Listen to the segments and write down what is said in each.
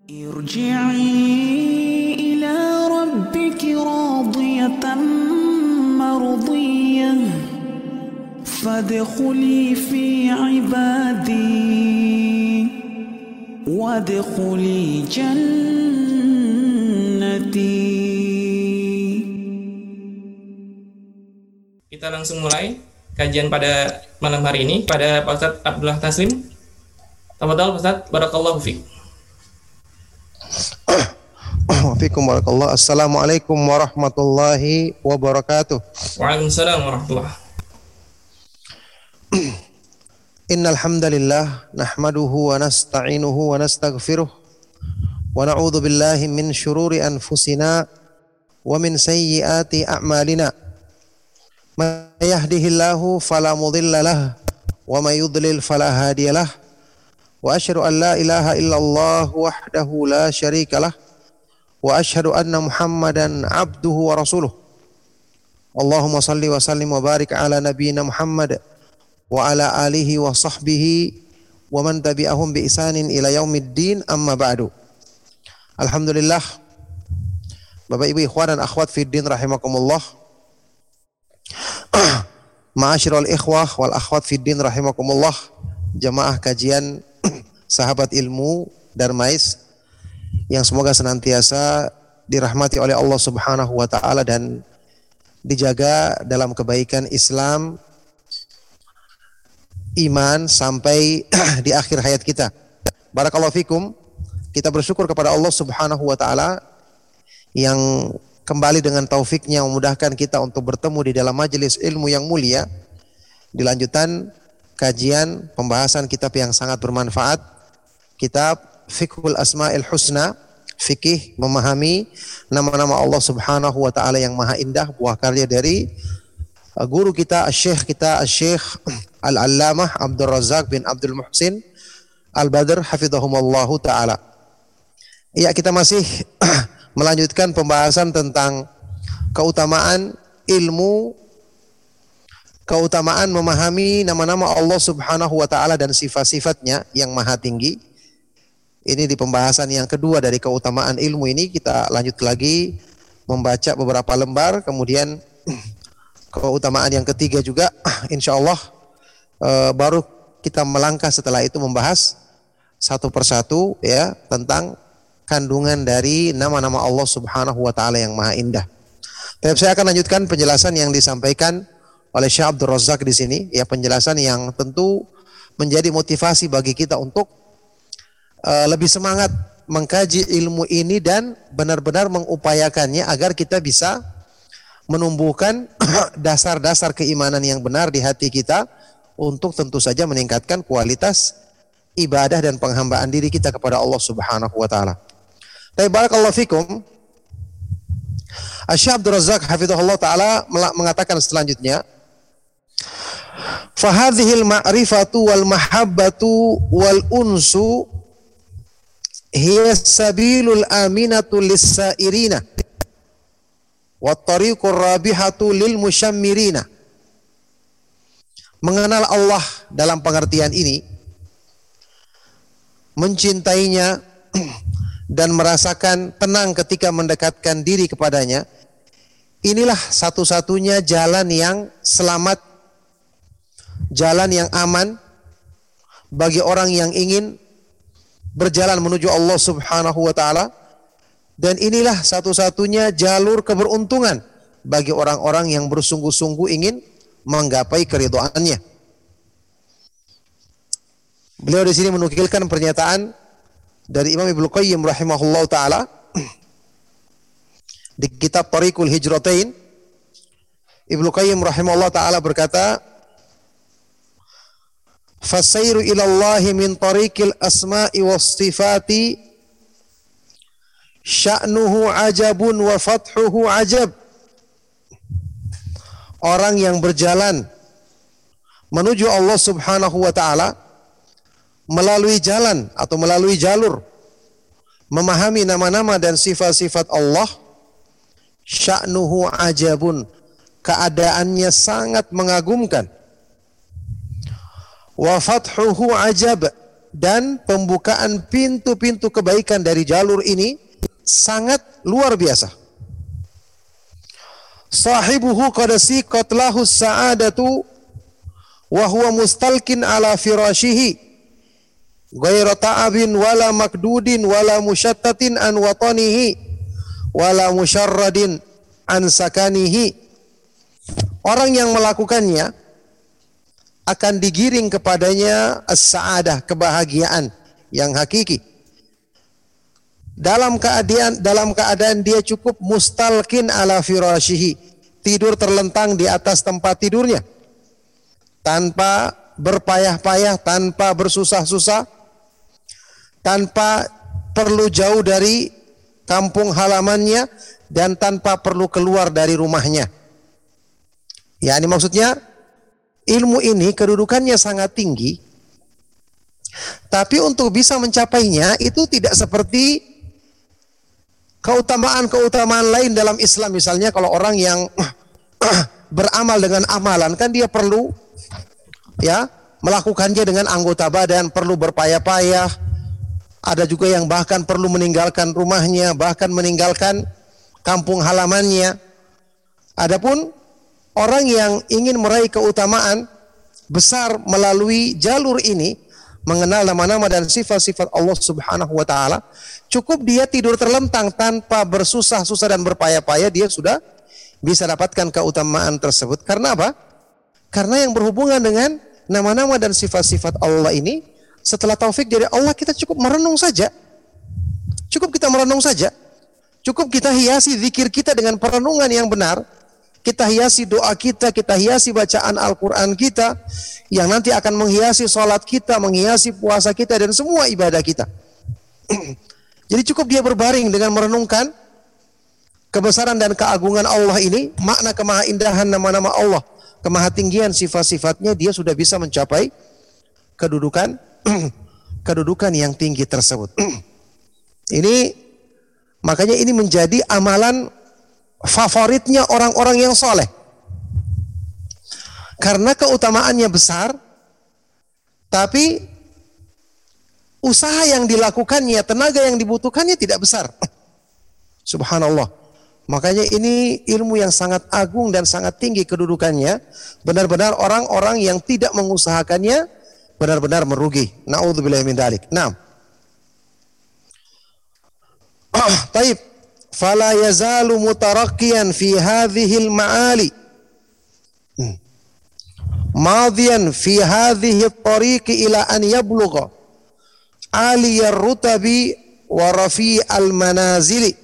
ارجعي إلى ربك راضية مرضية فادخلي في عبادي وادخلي جنتي. Kita langsung mulai kajian pada malam hari ini pada Pak Ustadz Abdullah Taslim. Tafadhal Pak Ustadz, barakallahu fiik. Waalaikumsalam warahmatullahi. Assalamualaikum warahmatullahi wabarakatuh. Waalaikumsalam warahmatullahi. Innal hamdalillah nahmaduhu wa nasta'inuhu wa nastaghfiruh wa na'udzu billahi min shururi anfusina wa min sayyiati a'malina. May yahdihillahu fala mudilla lahu wa may yudlil fala hadiyalah. Wa asyhadu an la ilaha illallah wahdahu la syarikalah wa asyhadu anna Muhammadan abduhu wa rasuluh. Allahumma salli wa sallim wa barik ala nabiyyina Muhammad wa ala alihi wa sahbihi wa man tabi'ahum bi ihsanin ila yaumiddin, amma ba'du. Alhamdulillah, Bapak Ibu ikhwan dan akhwat fiddin rahimakumullah. Ma'asyiral ikhwah wal akhwat fiddin rahimakumullah. Jamaah kajian sahabat ilmu Darmais yang semoga senantiasa dirahmati oleh Allah Subhanahu wa taala dan dijaga dalam kebaikan Islam, iman sampai di akhir hayat kita. Barakallahu fikum. Kita bersyukur kepada Allah Subhanahu wa taala yang kembali dengan taufiknya memudahkan kita untuk bertemu di dalam majelis ilmu yang mulia. Dilanjutan kajian pembahasan kitab yang sangat bermanfaat, kitab Fiqhul Asma'il Husna, fikih memahami nama-nama Allah Subhanahu wa taala yang maha indah, buah karya dari guru kita, Syekh Al-Allamah Abdul Razak bin Abdul Muhsin Al-Badr hafidhahumallahu taala. Ya, kita masih melanjutkan pembahasan tentang keutamaan ilmu, keutamaan memahami nama-nama Allah Subhanahu wa taala dan sifat-sifatnya yang maha tinggi. Ini di pembahasan yang kedua dari keutamaan ilmu ini. Kita lanjut lagi membaca beberapa lembar, kemudian keutamaan yang ketiga juga insyaallah baru kita melangkah setelah itu membahas satu persatu ya tentang kandungan dari nama-nama Allah Subhanahu wa taala yang maha indah. Tapi saya akan lanjutkan penjelasan yang disampaikan oleh Syekh Abdul Razak di sini, ya, penjelasan yang tentu menjadi motivasi bagi kita untuk lebih semangat mengkaji ilmu ini dan benar-benar mengupayakannya agar kita bisa menumbuhkan dasar-dasar keimanan yang benar di hati kita untuk tentu saja meningkatkan kualitas ibadah dan penghambaan diri kita kepada Allah Subhanahu wa taala. Tapi barakallahu fikum, Syekh Abdul Razak hafizahullah taala mengatakan selanjutnya, fa hadhil ma'rifatu wal mahabbatu wal unsu hiya sabilul aminatu lis-sairina wat tariqur rabihatu lil musyammirina. Mengenal Allah dalam pengertian ini, mencintainya dan merasakan tenang ketika mendekatkan diri kepadanya, inilah satu-satunya jalan yang selamat, jalan yang aman bagi orang yang ingin berjalan menuju Allah Subhanahu wa taala, dan inilah satu-satunya jalur keberuntungan bagi orang-orang yang bersungguh-sungguh ingin menggapai keridhaannya. Beliau di sini menukilkan pernyataan dari Imam Ibnu Qayyim rahimahullah taala di kitab Thariqul Hijratain. Ibnu Qayyim rahimahullah taala berkata, fasairu ilallahi min tariqil asma'i was sifati sya'nuhu ajabun wa fathuhu ajab. Orang yang berjalan menuju Allah Subhanahu wa taala melalui jalan atau melalui jalur memahami nama-nama dan sifat-sifat Allah, sya'nuhu ajabun, keadaannya sangat mengagumkan. Wa fathuhu ajab, dan pembukaan pintu-pintu kebaikan dari jalur ini sangat luar biasa. Sahibuhu qad siqat lahu sa'adatu wa huwa mustalkin ala firashihi ghairu ta'abin wala makdudin wala musyattatin an watanihi wala musyarradin an sakanihi. Orang yang melakukannya akan digiring kepadanya as-sa'adah, kebahagiaan yang hakiki. Dalam keadaan dia cukup mustalkin ala firashihi, tidur terlentang di atas tempat tidurnya, tanpa berpayah-payah, tanpa bersusah-susah, tanpa perlu jauh dari kampung halamannya, dan tanpa perlu keluar dari rumahnya. Ya, ini maksudnya ilmu ini kedudukannya sangat tinggi, tapi untuk bisa mencapainya itu tidak seperti keutamaan-keutamaan lain dalam Islam. Misalnya kalau orang yang beramal dengan amalan, kan dia perlu ya melakukannya dengan anggota badan, perlu berpayah-payah. Ada juga yang bahkan perlu meninggalkan rumahnya, bahkan meninggalkan kampung halamannya. Adapun orang yang ingin meraih keutamaan besar melalui jalur ini, mengenal nama-nama dan sifat-sifat Allah Subhanahu wa taala, cukup dia tidur terlentang tanpa bersusah-susah dan berpayah-payah, dia sudah bisa dapatkan keutamaan tersebut. Karena apa? Karena yang berhubungan dengan nama-nama dan sifat-sifat Allah ini, setelah taufik dari Allah, kita cukup merenung saja. Cukup kita merenung saja. Cukup kita hiasi zikir kita dengan perenungan yang benar. Kita hiasi doa kita, kita hiasi bacaan Al-Quran kita, yang nanti akan menghiasi sholat kita, menghiasi puasa kita, dan semua ibadah kita. Jadi cukup dia berbaring dengan merenungkan kebesaran dan keagungan Allah ini, makna kemahaindahan nama-nama Allah, kemahatinggian sifat-sifatnya, dia sudah bisa mencapai kedudukan yang tinggi tersebut. Makanya ini menjadi amalan favoritnya orang-orang yang soleh, karena keutamaannya besar, tapi usaha yang dilakukannya, tenaga yang dibutuhkannya tidak besar. Subhanallah. Makanya ini ilmu yang sangat agung dan sangat tinggi kedudukannya. Benar-benar orang-orang yang tidak mengusahakannya benar-benar merugi. Na'udzubillahi min dzalik. Naam. Taib. Fala yazalu mutarakkiyan fi hadhil ma'ali madiyan fi hadhihi at-tariqi ila an yablugha aliyar rutabi wa rafi'al manazili.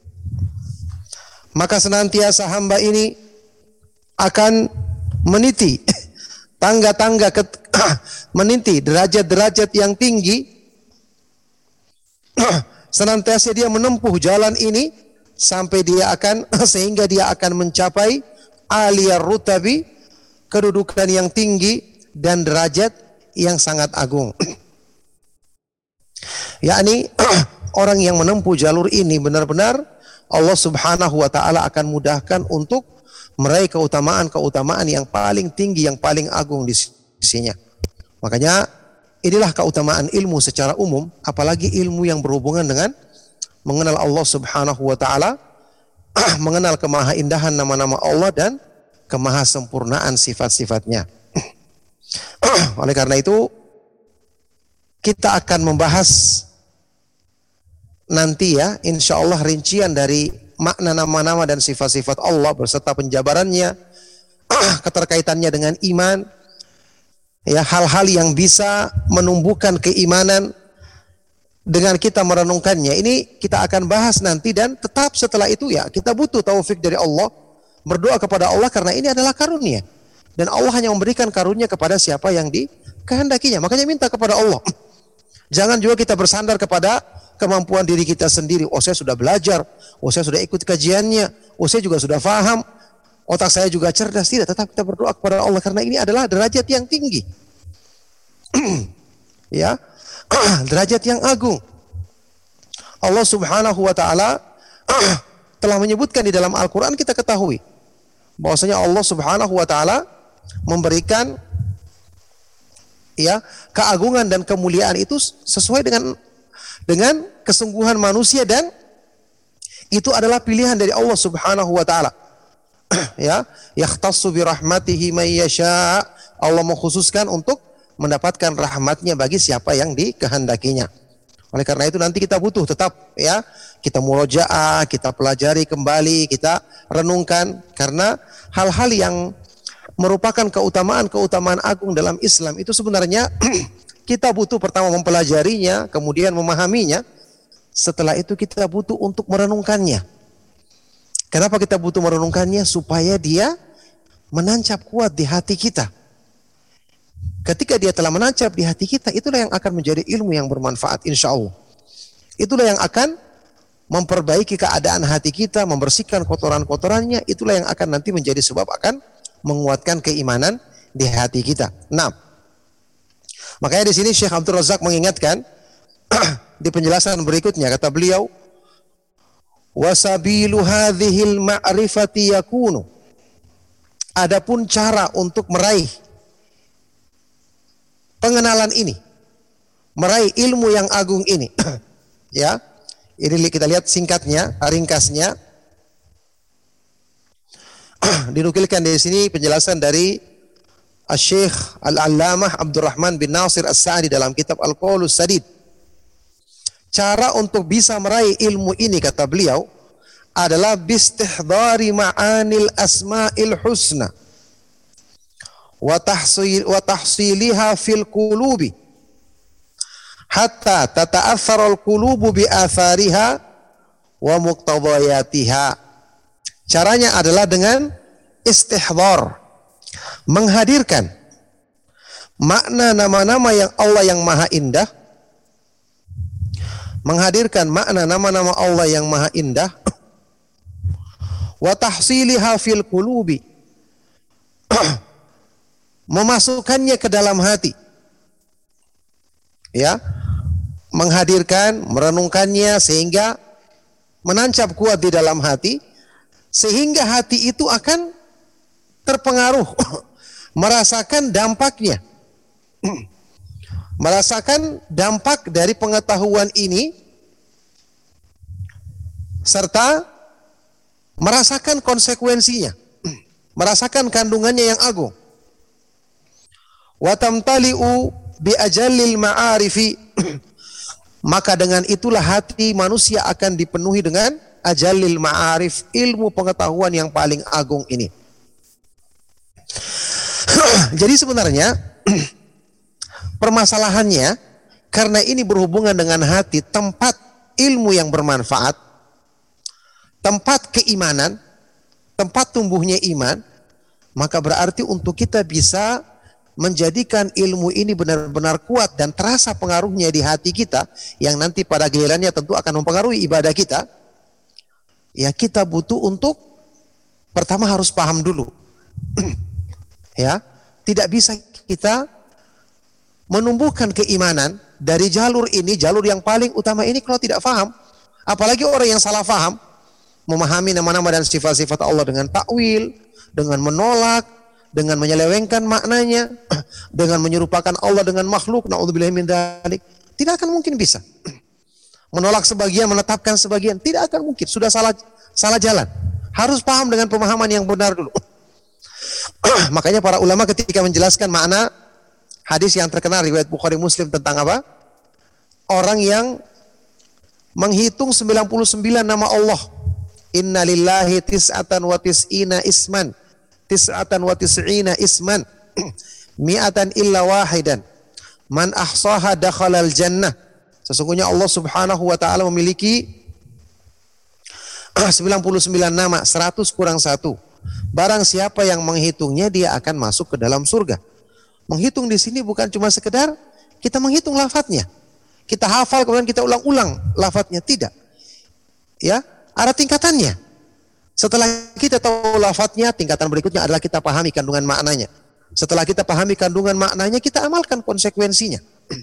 Maka senantiasa hamba ini akan meniti tangga-tangga, meniti derajat-derajat yang tinggi. Senantiasa dia menempuh jalan ini sampai sehingga dia akan mencapai aliyar rutabi, kedudukan yang tinggi dan derajat yang sangat agung. Yakni orang yang menempuh jalur ini benar-benar Allah Subhanahu wa taala akan mudahkan untuk meraih keutamaan-keutamaan yang paling tinggi, yang paling agung di sisinya. Makanya inilah keutamaan ilmu secara umum, apalagi ilmu yang berhubungan dengan mengenal Allah Subhanahu wa taala, mengenal kemahaindahan nama-nama Allah dan kemahasempurnaan sifat-sifatnya. Oleh karena itu, kita akan membahas nanti ya, insya Allah rincian dari makna nama-nama dan sifat-sifat Allah beserta penjabarannya, keterkaitannya dengan iman, ya, hal-hal yang bisa menumbuhkan keimanan dengan kita merenungkannya. Ini kita akan bahas nanti, dan tetap setelah itu ya kita butuh taufik dari Allah, berdoa kepada Allah, karena ini adalah karunia dan Allah hanya memberikan karunia kepada siapa yang dikehendakinya. Makanya minta kepada Allah. Jangan juga kita bersandar kepada kemampuan diri kita sendiri. Oh, saya sudah belajar, oh saya sudah ikut kajiannya, oh saya juga sudah faham, otak saya juga cerdas. Tidak, tetap kita berdoa kepada Allah, karena ini adalah derajat yang tinggi. Ya, derajat yang agung. Allah Subhanahu wa taala telah menyebutkan di dalam Al-Qur'an, kita ketahui bahwasanya Allah Subhanahu wa taala memberikan ya, keagungan dan kemuliaan itu sesuai dengan kesungguhan manusia, dan itu adalah pilihan dari Allah Subhanahu wa taala. Ya, yakhtassu bi rahmatihi may yasha. Allah mengkhususkan untuk mendapatkan rahmatnya bagi siapa yang dikehendakinya. Oleh karena itu nanti kita butuh tetap, ya, kita murojaah, kita pelajari kembali, kita renungkan, karena hal-hal yang merupakan keutamaan agung dalam Islam itu sebenarnya kita butuh pertama mempelajarinya, kemudian memahaminya. Setelah itu kita butuh untuk merenungkannya. Kenapa kita butuh merenungkannya? Supaya dia menancap kuat di hati kita. Ketika dia telah menancap di hati kita, itulah yang akan menjadi ilmu yang bermanfaat, insya Allah. Itulah yang akan memperbaiki keadaan hati kita, membersihkan kotoran-kotorannya. Itulah yang akan nanti menjadi sebab akan menguatkan keimanan di hati kita. Nah, makanya di sini Syekh Abdul Razak mengingatkan di penjelasan berikutnya, kata beliau, wasabilu hadhil ma'rifati yakunu. Adapun cara untuk meraih pengenalan ini, meraih ilmu yang agung ini, ya, ini kita lihat singkatnya, ringkasnya. Dinukilkan di sini penjelasan dari Syekh Al-Allamah Abdurrahman bin Nasir As-Sa'di dalam kitab Al-Qaulus Sadid. Cara untuk bisa meraih ilmu ini, kata beliau, adalah bistihdari ma'anil asma'il husna wa tahsiliha fil qulubi hatta tata'athara al-qulubu bi athariha wa muqtadayatiha. Caranya adalah dengan istihdar, menghadirkan makna nama-nama yang Allah yang maha indah, menghadirkan makna nama-nama Allah yang maha indah, wa tahsiliha fil qulubi, memasukkannya ke dalam hati, ya, menghadirkan, merenungkannya sehingga menancap kuat di dalam hati, sehingga hati itu akan terpengaruh, merasakan dampaknya, merasakan dampak dari pengetahuan ini, serta merasakan konsekuensinya, merasakan kandungannya yang agung. Wa tamtali'u bi ajallil ma'arifi, maka dengan itulah hati manusia akan dipenuhi dengan ajallil ma'arif, ilmu pengetahuan yang paling agung ini. Jadi sebenarnya permasalahannya, karena ini berhubungan dengan hati, tempat ilmu yang bermanfaat, tempat keimanan, tempat tumbuhnya iman, maka berarti untuk kita bisa menjadikan ilmu ini benar-benar kuat dan terasa pengaruhnya di hati kita, yang nanti pada gilirannya tentu akan mempengaruhi ibadah kita, ya, kita butuh untuk pertama harus paham dulu. Ya, tidak bisa kita menumbuhkan keimanan dari jalur ini, jalur yang paling utama ini, kalau tidak paham. Apalagi orang yang salah paham, memahami nama-nama dan sifat-sifat Allah dengan takwil, dengan menolak, dengan menyelewengkan maknanya, dengan menyerupakan Allah dengan makhluk, na'udzubillahi min dzalik, tidak akan mungkin bisa. Menolak sebagian, menetapkan sebagian, tidak akan mungkin, sudah salah jalan. Harus paham dengan pemahaman yang benar dulu. Makanya para ulama ketika menjelaskan makna hadis yang terkenal riwayat Bukhari Muslim tentang apa? Orang yang menghitung 99 nama Allah. Inna lillahi tis'atan wa tis'ina isman. Tis'atan wa tis'ina isman. Mi'atan illa wahidan. Man ahsaha dakhalal jannah. Sesungguhnya Allah Subhanahu wa taala memiliki 99 nama, 100 kurang 1. Barang siapa yang menghitungnya, dia akan masuk ke dalam surga. Menghitung di sini bukan cuma sekedar kita menghitung lafadznya, kita hafal kemudian kita ulang-ulang lafadznya, tidak. Ya, ada tingkatannya. Setelah kita tahu lafadznya, tingkatan berikutnya adalah kita pahami kandungan maknanya. Setelah kita pahami kandungan maknanya, kita amalkan konsekuensinya.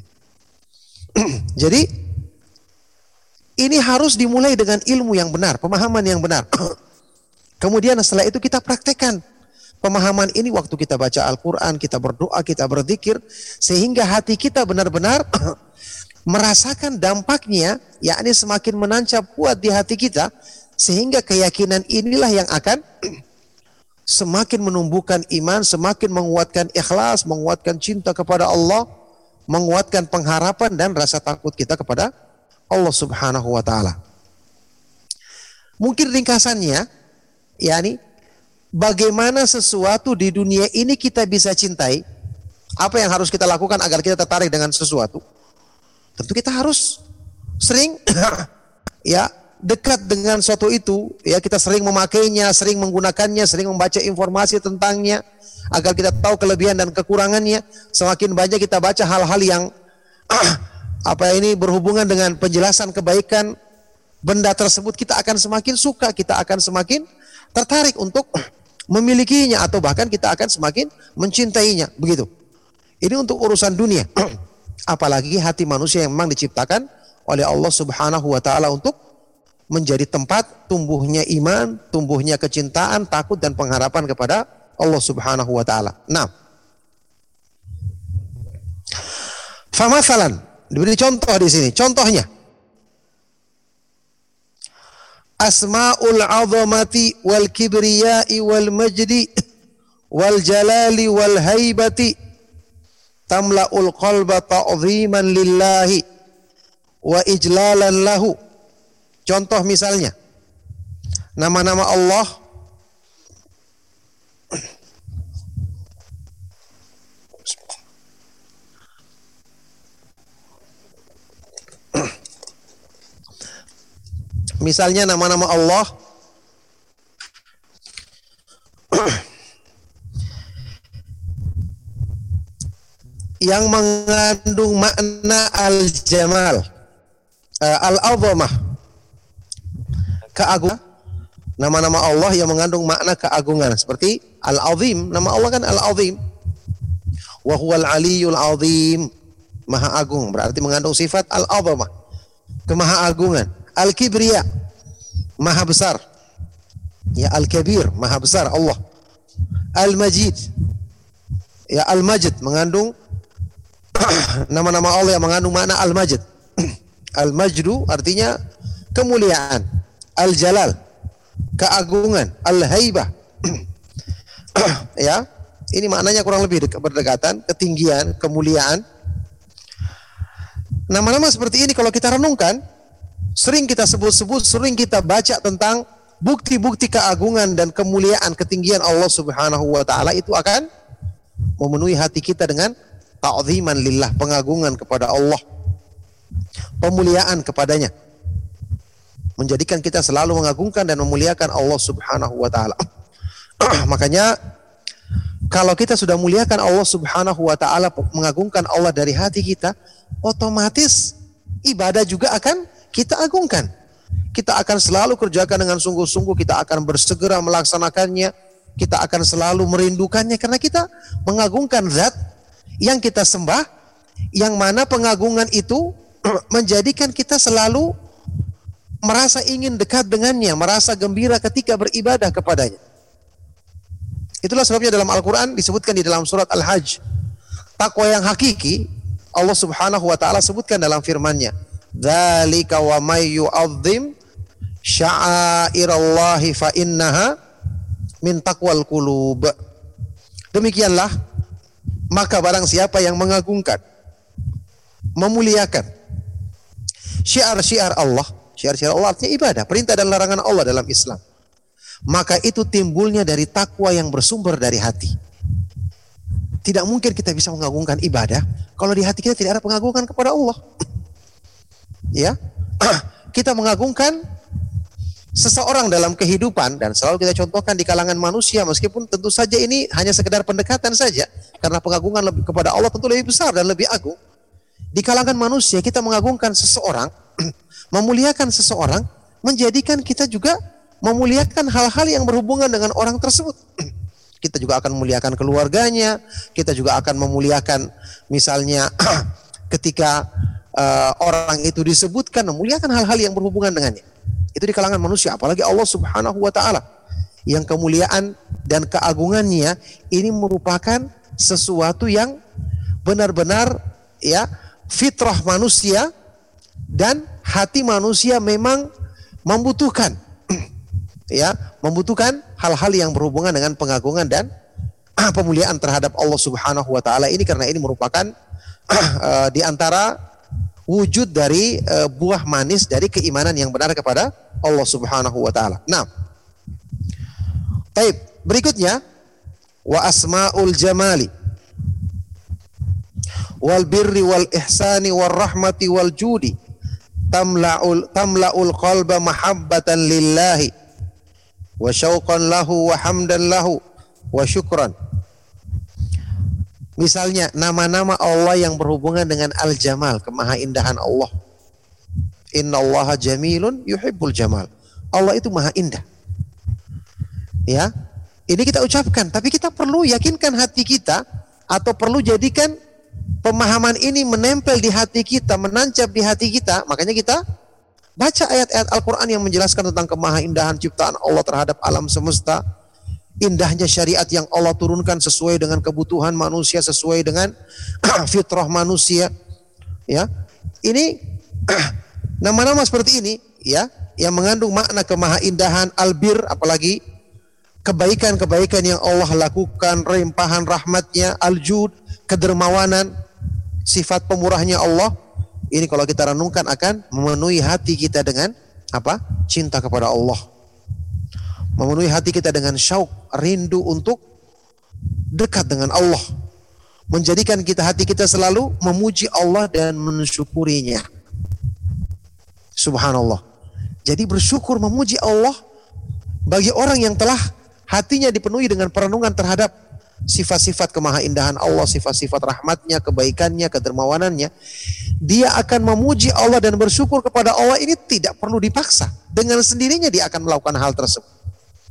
Jadi ini harus dimulai dengan ilmu yang benar, pemahaman yang benar. Kemudian setelah itu kita praktekkan Pemahaman ini waktu kita baca Al-Quran, kita berdoa, kita berzikir, sehingga hati kita benar-benar merasakan dampaknya, yakni semakin menancap kuat di hati kita, sehingga keyakinan inilah yang akan semakin menumbuhkan iman, semakin menguatkan ikhlas, menguatkan cinta kepada Allah, menguatkan pengharapan dan rasa takut kita kepada Allah Subhanahu wa taala. Mungkin ringkasannya, yakni bagaimana sesuatu di dunia ini kita bisa cintai, apa yang harus kita lakukan agar kita tertarik dengan sesuatu? Tentu kita harus sering ya dekat dengan sesuatu itu, ya kita sering memakainya, sering menggunakannya, sering membaca informasi tentangnya agar kita tahu kelebihan dan kekurangannya. Semakin banyak kita baca hal-hal yang berhubungan dengan penjelasan kebaikan benda tersebut, kita akan semakin suka, kita akan semakin tertarik untuk memilikinya, atau bahkan kita akan semakin mencintainya, begitu. Ini untuk urusan dunia. Apalagi hati manusia yang memang diciptakan oleh Allah Subhanahu wa taala untuk menjadi tempat tumbuhnya iman, tumbuhnya kecintaan, takut dan pengharapan kepada Allah Subhanahu wa taala. Nah, famathalan, diberi contoh di sini. Contohnya, asma'ul 'azamati wal kibriyai wal majdi wal jalali wal haibati tamla'ul qalba ta'ziman lillahi wa ijlalan lahu. Contoh misalnya, nama-nama Allah misalnya nama-nama Allah yang mengandung makna al-jamal, al-azamah, keagungan. Nama-nama Allah yang mengandung makna keagungan, seperti al-azim. Nama Allah kan al-azim, wa huwal aliyul azim, maha agung, berarti mengandung sifat al-azamah, kemahaagungan. Al-kibriya, maha besar, ya al-kabir, maha besar Allah. Al-majid, ya al-majid, mengandung nama-nama Allah yang mengandung makna al-majid. Al-majdu artinya kemuliaan. Al-jalal, keagungan. Al-haibah, ya, ini maknanya kurang lebih berdekatan, ketinggian, kemuliaan. Nama-nama seperti ini kalau kita renungkan, sering kita sebut-sebut, sering kita baca tentang bukti-bukti keagungan dan kemuliaan, ketinggian Allah Subhanahu wa taala, itu akan memenuhi hati kita dengan ta'ziman lillah, pengagungan kepada Allah, pemuliaan kepadanya, menjadikan kita selalu mengagungkan dan memuliakan Allah Subhanahu wa taala. Makanya kalau kita sudah muliakan Allah Subhanahu wa taala, mengagungkan Allah dari hati kita, otomatis ibadah juga akan kita agungkan. Kita akan selalu kerjakan dengan sungguh-sungguh, kita akan bersegera melaksanakannya, kita akan selalu merindukannya, karena kita mengagungkan zat yang kita sembah, yang mana pengagungan itu menjadikan kita selalu merasa ingin dekat dengannya, merasa gembira ketika beribadah kepadanya. Itulah sebabnya dalam Al-Quran disebutkan di dalam surat Al-Hajj, takwa yang hakiki Allah Subhanahu wa taala sebutkan dalam firman-Nya, dzalika wa may yu'azzim sya'airallahi fa innaha min taqwal qulub. Demikianlah maka barang siapa yang mengagungkan, memuliakan syiar-syiar Allah, syiar-syiar Allah artinya ibadah, perintah dan larangan Allah dalam Islam, maka itu timbulnya dari takwa yang bersumber dari hati. Tidak mungkin kita bisa mengagungkan ibadah kalau di hati kita tidak ada pengagungan kepada Allah. Ya, kita mengagungkan seseorang dalam kehidupan, dan selalu kita contohkan di kalangan manusia, meskipun tentu saja ini hanya sekedar pendekatan saja, karena pengagungan kepada Allah tentu lebih besar dan lebih agung. Di kalangan manusia kita mengagungkan seseorang, memuliakan seseorang, menjadikan kita juga memuliakan hal-hal yang berhubungan dengan orang tersebut. Kita juga akan memuliakan keluarganya, kita juga akan memuliakan misalnya ketika orang itu disebutkan, memuliakan hal-hal yang berhubungan dengannya. Itu di kalangan manusia, apalagi Allah Subhanahu wa taala yang kemuliaan dan keagungannya ini merupakan sesuatu yang benar-benar ya fitrah manusia, dan hati manusia memang membutuhkan ya, membutuhkan hal-hal yang berhubungan dengan pengagungan dan pemuliaan terhadap Allah Subhanahu wa taala ini, karena ini merupakan di antara wujud dari buah manis dari keimanan yang benar kepada Allah Subhanahu wa taala. Nah, baik, berikutnya wa asmaul jamali wal birri wal ihsani wal rahmati wal judi tamla'ul qalba mahabbatan lillahi wa syauqan lahu wa hamdan lahu wa syukran. Misalnya nama-nama Allah yang berhubungan dengan al-jamal, kemahaindahan Allah. Innallaha jamilun yuhibbul jamal. Allah itu maha indah. Ya, ini kita ucapkan, tapi kita perlu yakinkan hati kita, atau perlu jadikan pemahaman ini menempel di hati kita, menancap di hati kita. Makanya kita baca ayat-ayat Al-Quran yang menjelaskan tentang kemahaindahan ciptaan Allah terhadap alam semesta, indahnya syariat yang Allah turunkan sesuai dengan kebutuhan manusia, sesuai dengan fitrah manusia. Ya, ini nama-nama seperti ini, ya, yang mengandung makna kemahaindahan, albir, apalagi kebaikan-kebaikan yang Allah lakukan, limpahan rahmatnya, aljud, kedermawanan, sifat pemurahnya Allah. Ini kalau kita renungkan akan memenuhi hati kita dengan apa? Cinta kepada Allah. Memenuhi hati kita dengan syauk, rindu untuk dekat dengan Allah. Menjadikan hati kita selalu memuji Allah dan mensyukurinya. Subhanallah. Jadi bersyukur, memuji Allah bagi orang yang telah hatinya dipenuhi dengan perenungan terhadap sifat-sifat kemahaindahan Allah, sifat-sifat rahmatnya, kebaikannya, kedermawanannya. Dia akan memuji Allah dan bersyukur kepada Allah, ini tidak perlu dipaksa. Dengan sendirinya dia akan melakukan hal tersebut.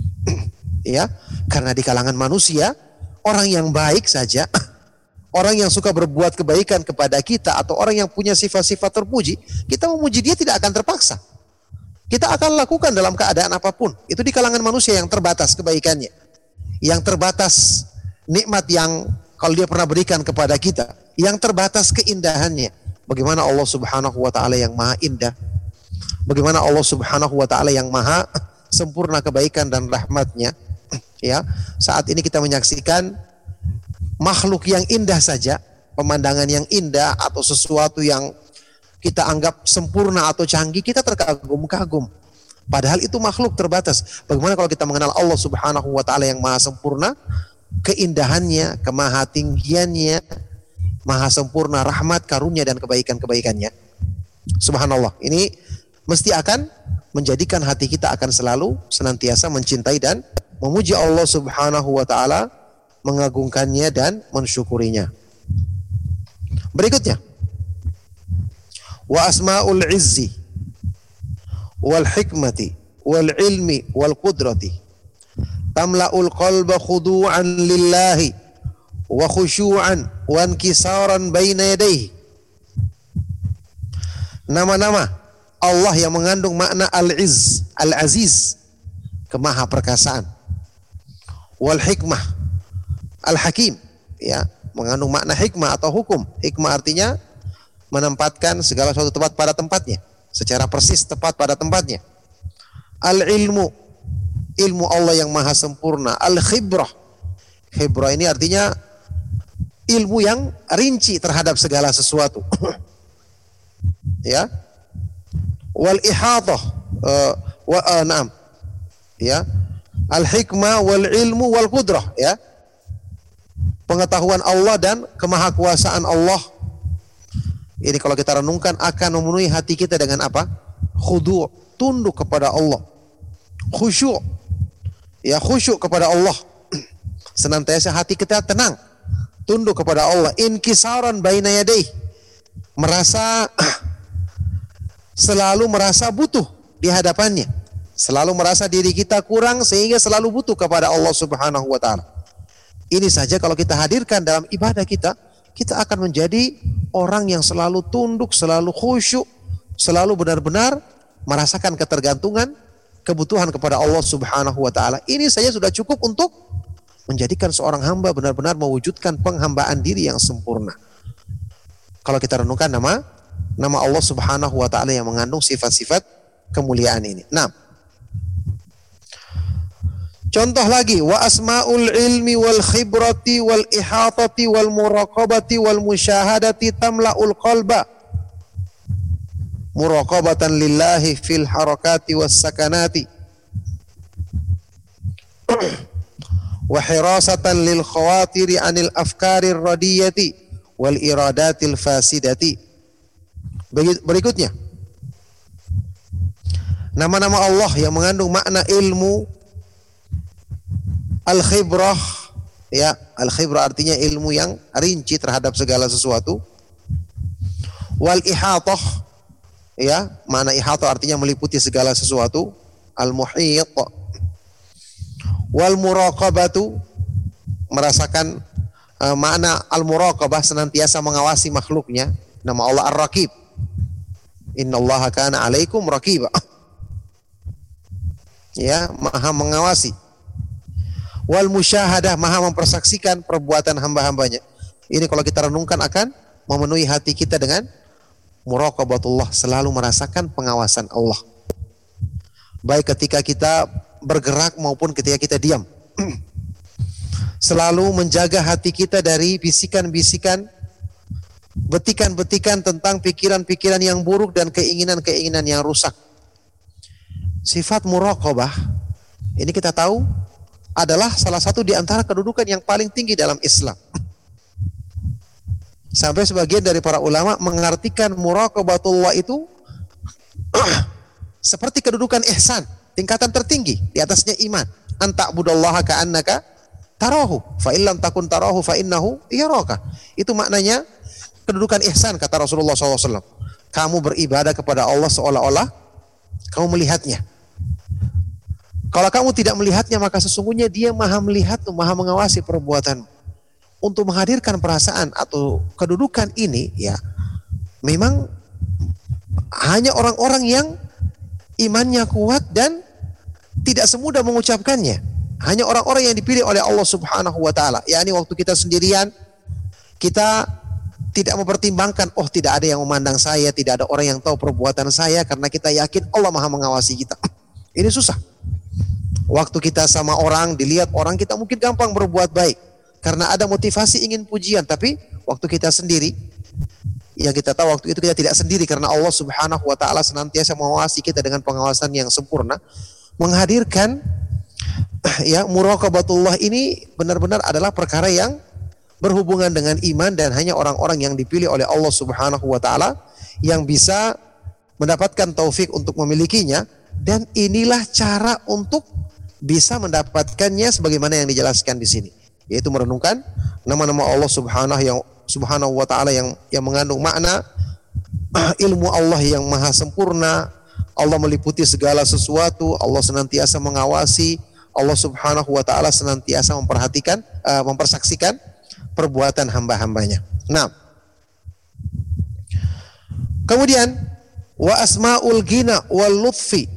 Ya, karena di kalangan manusia, orang yang baik saja, orang yang suka berbuat kebaikan kepada kita, atau orang yang punya sifat-sifat terpuji, kita memuji dia tidak akan terpaksa. Kita akan lakukan dalam keadaan apapun. Itu di kalangan manusia yang terbatas kebaikannya, yang terbatas nikmat yang kalau dia pernah berikan kepada kita, yang terbatas keindahannya. Bagaimana Allah Subhanahu wa taala yang maha indah, bagaimana Allah Subhanahu wa taala yang maha sempurna kebaikan dan rahmatnya. Ya, saat ini kita menyaksikan makhluk yang indah saja, pemandangan yang indah atau sesuatu yang kita anggap sempurna atau canggih, kita terkagum-kagum. Padahal itu makhluk terbatas. Bagaimana kalau kita mengenal Allah Subhanahu wa taala yang maha sempurna, keindahannya, kemahatinggiannya, maha sempurna rahmat, karunia dan kebaikan-kebaikannya. Subhanallah. Ini mesti akan menjadikan hati kita akan selalu senantiasa mencintai dan memuji Allah Subhanahu wa taala, mengagungkannya dan mensyukurinya. Berikutnya, wa asmaul izzi wal hikmati wal ilmi wal qudrati tamla'ul qalba khudu'an lillahi wa khusyu'an wa inkisaran baina yadayhi. Nama-nama Allah yang mengandung makna al-izz, al-aziz, kemaha perkasaan, wal hikmah, al-hakim, ya, mengandung makna hikmah atau hukum. Hikmah artinya menempatkan segala sesuatu tepat pada tempatnya, secara persis tepat pada tempatnya. Al-ilmu, ilmu Allah yang maha sempurna. Al-khibrah, khibrah ini artinya ilmu yang rinci terhadap segala sesuatu. Ya. Wal ihatah, na'am. Ya. Al-hikmah wal ilmu wal qudrah, ya. Pengetahuan Allah dan kemahakuasaan Allah. Ini kalau kita renungkan akan memenuhi hati kita dengan apa? Khudu', tunduk kepada Allah. Khusyuk, ya, khusyuk kepada Allah. Senantiasa hati kita tenang, tunduk kepada Allah. Inkisaran baina yadayhi, merasa selalu merasa butuh di hadapannya, selalu merasa diri kita kurang sehingga selalu butuh kepada Allah Subhanahu wa taala. Ini saja kalau kita hadirkan dalam ibadah kita, kita akan menjadi orang yang selalu tunduk, selalu khusyuk, selalu benar-benar merasakan ketergantungan kebutuhan kepada Allah Subhanahu wa taala. Ini saja sudah cukup untuk menjadikan seorang hamba benar-benar mewujudkan penghambaan diri yang sempurna. Kalau kita renungkan nama Allah Subhanahu wa taala yang mengandung sifat-sifat kemuliaan ini. Nah, contoh lagi, wa asmaul ilmi wal khibrati wal ihatati wal muraqabati wal musyahadati tamla'ul qalba muraqabatan lillahi fil harakati was sakanati wa hirasatan lil khawatiri anil afkarir radiyati wal iradatil fasidati. Berikutnya, nama-nama Allah yang mengandung makna ilmu. Al-khibrah, ya, al-khibrah artinya ilmu yang rinci terhadap segala sesuatu. Wal ihatah, ya, makna ihatah artinya meliputi segala sesuatu. Al-muhit. Wal muraqabatu, merasakan makna al-muraqabah, senantiasa mengawasi makhluknya. Nama Allah Ar-Raqib. Innallaha kana 'alaikum raqiba. Ya, maha mengawasi. Wal musyahadah, maha mempersaksikan perbuatan hamba-hambanya. Ini kalau kita renungkan akan memenuhi hati kita dengan muraqabatullah, selalu merasakan pengawasan Allah. Baik ketika kita bergerak maupun ketika kita diam. Selalu menjaga hati kita dari bisikan-bisikan, betikan-betikan tentang pikiran-pikiran yang buruk dan keinginan-keinginan yang rusak. Sifat muraqabah ini kita tahu adalah salah satu di antara kedudukan yang paling tinggi dalam Islam. Sampai sebagian dari para ulama mengartikan muraqabatullah itu seperti kedudukan ihsan, tingkatan tertinggi, di atasnya iman. Anta'budallaha ka'annaka tarahu, fa illam takun tarahu fa innahu yaraka. Itu maknanya kedudukan ihsan, kata Rasulullah SAW. Kamu beribadah kepada Allah seolah-olah kamu melihatnya. Kalau kamu tidak melihatnya, maka sesungguhnya Dia maha melihat, maha mengawasi perbuatanmu. Untuk menghadirkan perasaan atau kedudukan ini, ya, memang hanya orang-orang yang imannya kuat dan tidak semudah mengucapkannya. Hanya orang-orang yang dipilih oleh Allah Subhanahu wa taala. Yakni waktu kita sendirian, kita tidak mempertimbangkan, oh tidak ada yang memandang saya, tidak ada orang yang tahu perbuatan saya, karena kita yakin Allah maha mengawasi kita. Ini susah. Waktu kita sama orang, dilihat orang, kita mungkin gampang berbuat baik karena ada motivasi ingin pujian. Tapi waktu kita sendiri, yang kita tahu waktu itu kita tidak sendiri karena Allah Subhanahu wa taala senantiasa mengawasi kita dengan pengawasan yang sempurna. Menghadirkan ya muraqabatullah ini benar-benar adalah perkara yang berhubungan dengan iman, dan hanya orang-orang yang dipilih oleh Allah Subhanahu wa taala yang bisa mendapatkan taufik untuk memilikinya. Dan inilah cara untuk bisa mendapatkannya sebagaimana yang dijelaskan di sini, yaitu merenungkan nama-nama Allah Subhanahu wa taala yang mengandung makna ilmu Allah yang maha sempurna. Allah meliputi segala sesuatu, Allah senantiasa mengawasi, Allah Subhanahu wa taala senantiasa memperhatikan, mempersaksikan perbuatan hamba-hambanya. Nah, kemudian wa asmaul ghina wal lutfi,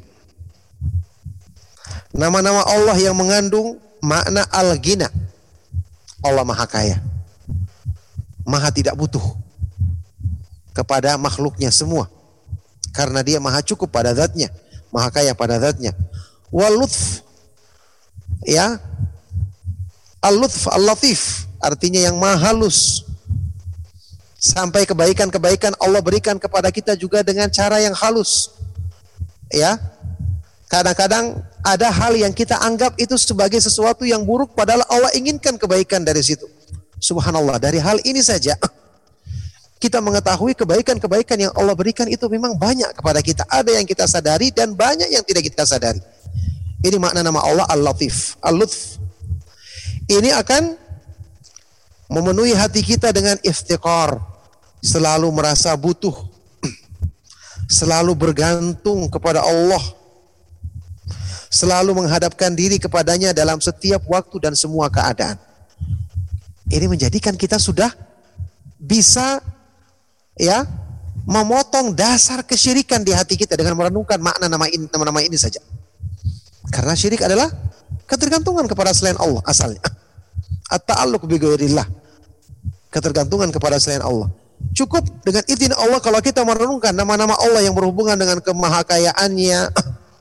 nama-nama Allah yang mengandung makna al-ghina. Allah maha kaya, maha tidak butuh kepada makhluknya semua, karena Dia maha cukup pada zatnya, maha kaya pada zatnya. Wal lutf, ya, al-lutf, al-latif, artinya yang maha halus. Sampai kebaikan-kebaikan Allah berikan kepada kita juga dengan cara yang halus. Ya, kadang-kadang ada hal yang kita anggap itu sebagai sesuatu yang buruk, padahal Allah inginkan kebaikan dari situ. Subhanallah, dari hal ini saja kita mengetahui kebaikan-kebaikan yang Allah berikan itu memang banyak kepada kita. Ada yang kita sadari dan banyak yang tidak kita sadari. Ini makna nama Allah Al-Latif, Al-Lutf. Ini akan memenuhi hati kita dengan iftiqar, selalu merasa butuh, selalu bergantung kepada Allah, selalu menghadapkan diri kepadanya dalam setiap waktu dan semua keadaan. Ini menjadikan kita sudah bisa ya memotong dasar kesyirikan di hati kita dengan merenungkan makna nama-nama ini saja. Karena syirik adalah ketergantungan kepada selain Allah asalnya. At-ta'alluq bi ghairillah. Ketergantungan kepada selain Allah. Cukup dengan izin Allah kalau kita merenungkan nama-nama Allah yang berhubungan dengan kemahakayaannya,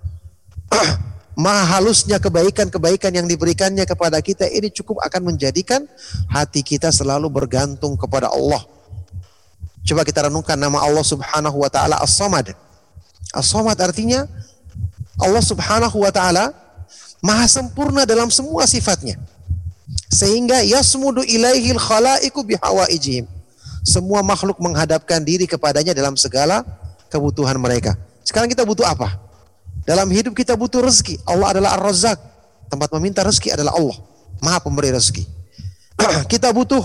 maha halusnya kebaikan-kebaikan yang diberikannya kepada kita, ini cukup akan menjadikan hati kita selalu bergantung kepada Allah. Coba kita renungkan nama Allah Subhanahu wa taala As-Samad. As-Samad artinya Allah Subhanahu wa taala maha sempurna dalam semua sifatnya. Sehingga yasmudu ilaihil khalaiqu bihawaijihim. Semua makhluk menghadapkan diri kepadanya dalam segala kebutuhan mereka. Sekarang kita butuh apa? Dalam hidup kita butuh rezeki. Allah adalah Ar-Razzaq. Tempat meminta rezeki adalah Allah, maha pemberi rezeki. Kita butuh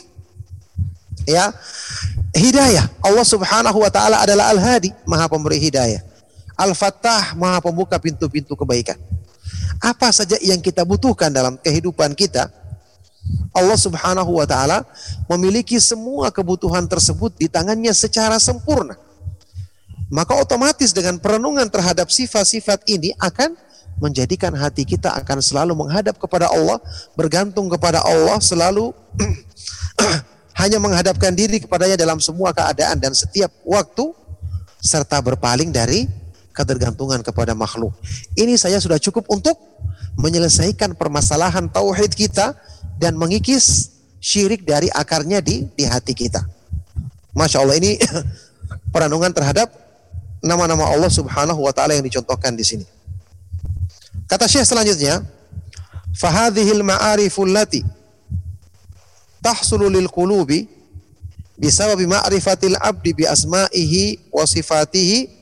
hidayah. Allah Subhanahu wa taala adalah Al-Hadi, maha pemberi hidayah. Al-Fattah, maha pembuka pintu-pintu kebaikan. Apa saja yang kita butuhkan dalam kehidupan kita, Allah Subhanahu wa taala memiliki semua kebutuhan tersebut di tangannya secara sempurna. Maka otomatis dengan perenungan terhadap sifat-sifat ini akan menjadikan hati kita akan selalu menghadap kepada Allah, bergantung kepada Allah, selalu hanya menghadapkan diri kepadanya dalam semua keadaan dan setiap waktu, serta berpaling dari ketergantungan kepada makhluk. Ini saya sudah cukup untuk menyelesaikan permasalahan tauhid kita dan mengikis syirik dari akarnya di hati kita. Masya Allah, ini perenungan terhadap nama-nama Allah Subhanahu wa taala yang dicontohkan di sini. Kata Syekh selanjutnya, fahadhil ma'ariful lati tahsulu lil qulubi bisababi ma'rifatil abdi bi asma'ihi wa sifatihi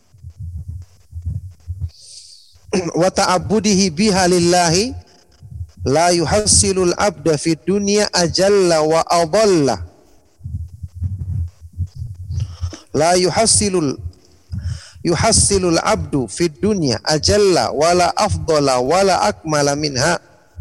wa ta'abbudihi biha lillahi la yuhassilul abda fid dunya ajalla wa adalla. La yuhassilul abdu fid dunya ajalla wala afdala wala akmala minha.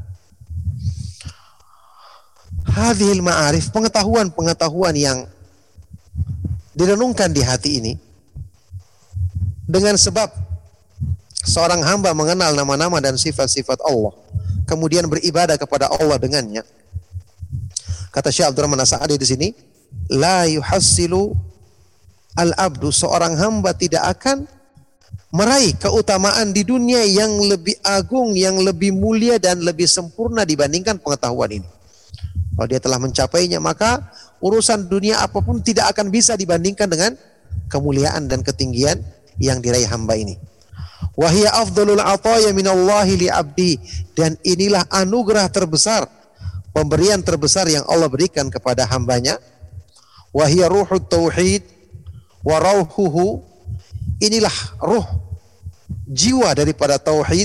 Hadhil ma'arif, pengetahuan yang direnungkan di hati ini dengan sebab seorang hamba mengenal nama-nama dan sifat-sifat Allah, kemudian beribadah kepada Allah dengannya. Kata Syekh Abdurrahman As-Sa'di di sini, la yuhassilu al-abdu, seorang hamba tidak akan meraih keutamaan di dunia yang lebih agung, yang lebih mulia dan lebih sempurna dibandingkan pengetahuan ini. Kalau dia telah mencapainya, maka urusan dunia apapun tidak akan bisa dibandingkan dengan kemuliaan dan ketinggian yang diraih hamba ini. Wahia afdalul ataya minallahi li abdi, dan inilah anugerah terbesar, pemberian terbesar yang Allah berikan kepada hambanya. Wahia ruhut tauhid wa rauhuhu, inilah ruh, jiwa daripada tauhid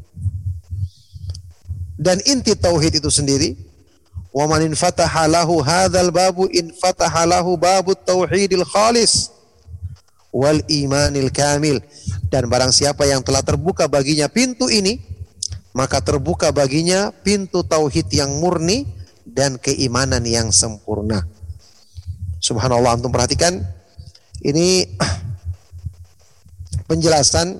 dan inti tauhid itu sendiri. Wa man infataha lahu hadzal babu infataha lahu babut tauhidil khalis wal imanil kamil, dan barang siapa yang telah terbuka baginya pintu ini, maka terbuka baginya pintu tauhid yang murni dan keimanan yang sempurna. Subhanallah, antum perhatikan ini penjelasan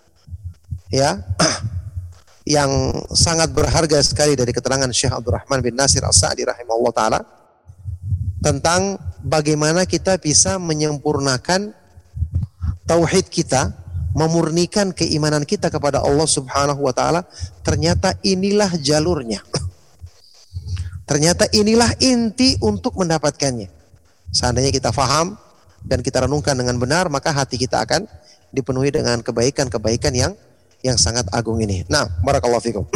yang sangat berharga sekali dari keterangan Syekh Abdurrahman bin Nasir As-Sa'di rahimahullah taala tentang bagaimana kita bisa menyempurnakan tauhid kita, memurnikan keimanan kita kepada Allah Subhanahu wa taala. Ternyata inilah jalurnya. Ternyata inilah inti untuk mendapatkannya. Seandainya kita faham dan kita renungkan dengan benar, maka hati kita akan dipenuhi dengan kebaikan-kebaikan yang sangat agung ini. Nah, barakallahu fikum.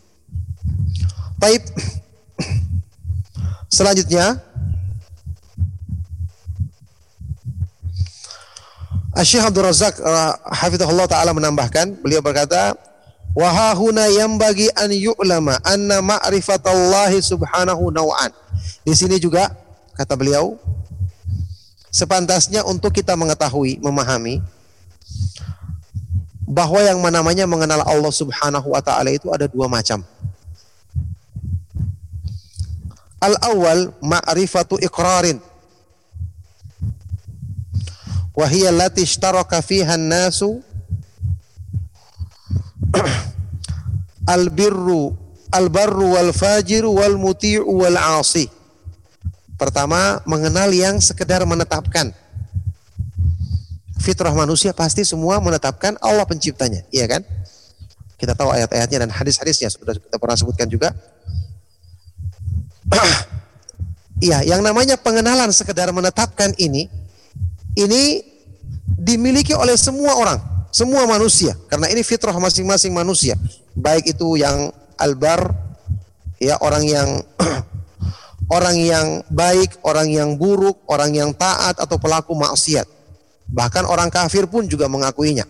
Baik. Selanjutnya, Syekh Abdul Razzaq hafizahullah taala menambahkan, beliau berkata, wa hahuna yanbaghi an yu'lama anna ma'rifatallahi subhanahu naw'an. Di sini juga kata beliau, sepantasnya untuk kita mengetahui, memahami bahwa yang namanya mengenal Allah Subhanahu wa taala itu ada dua macam. Al-awwal ma'rifatu iqrarin, wa hiya allati ishtaraka fiha an-nasu albarru wal fajiru wal muti'u wal 'asi. Pertama, mengenal yang sekedar menetapkan. Fitrah manusia pasti semua menetapkan Allah penciptanya, iya kan? Kita tahu ayat-ayatnya dan hadis-hadisnya, sudah kita pernah sebutkan juga. Iya, yang namanya pengenalan sekedar menetapkan ini dimiliki oleh semua orang, semua manusia, karena ini fitrah masing-masing manusia. Baik itu yang albar, ya orang yang orang yang baik, orang yang buruk, orang yang taat atau pelaku maksiat. Bahkan orang kafir pun juga mengakuinya.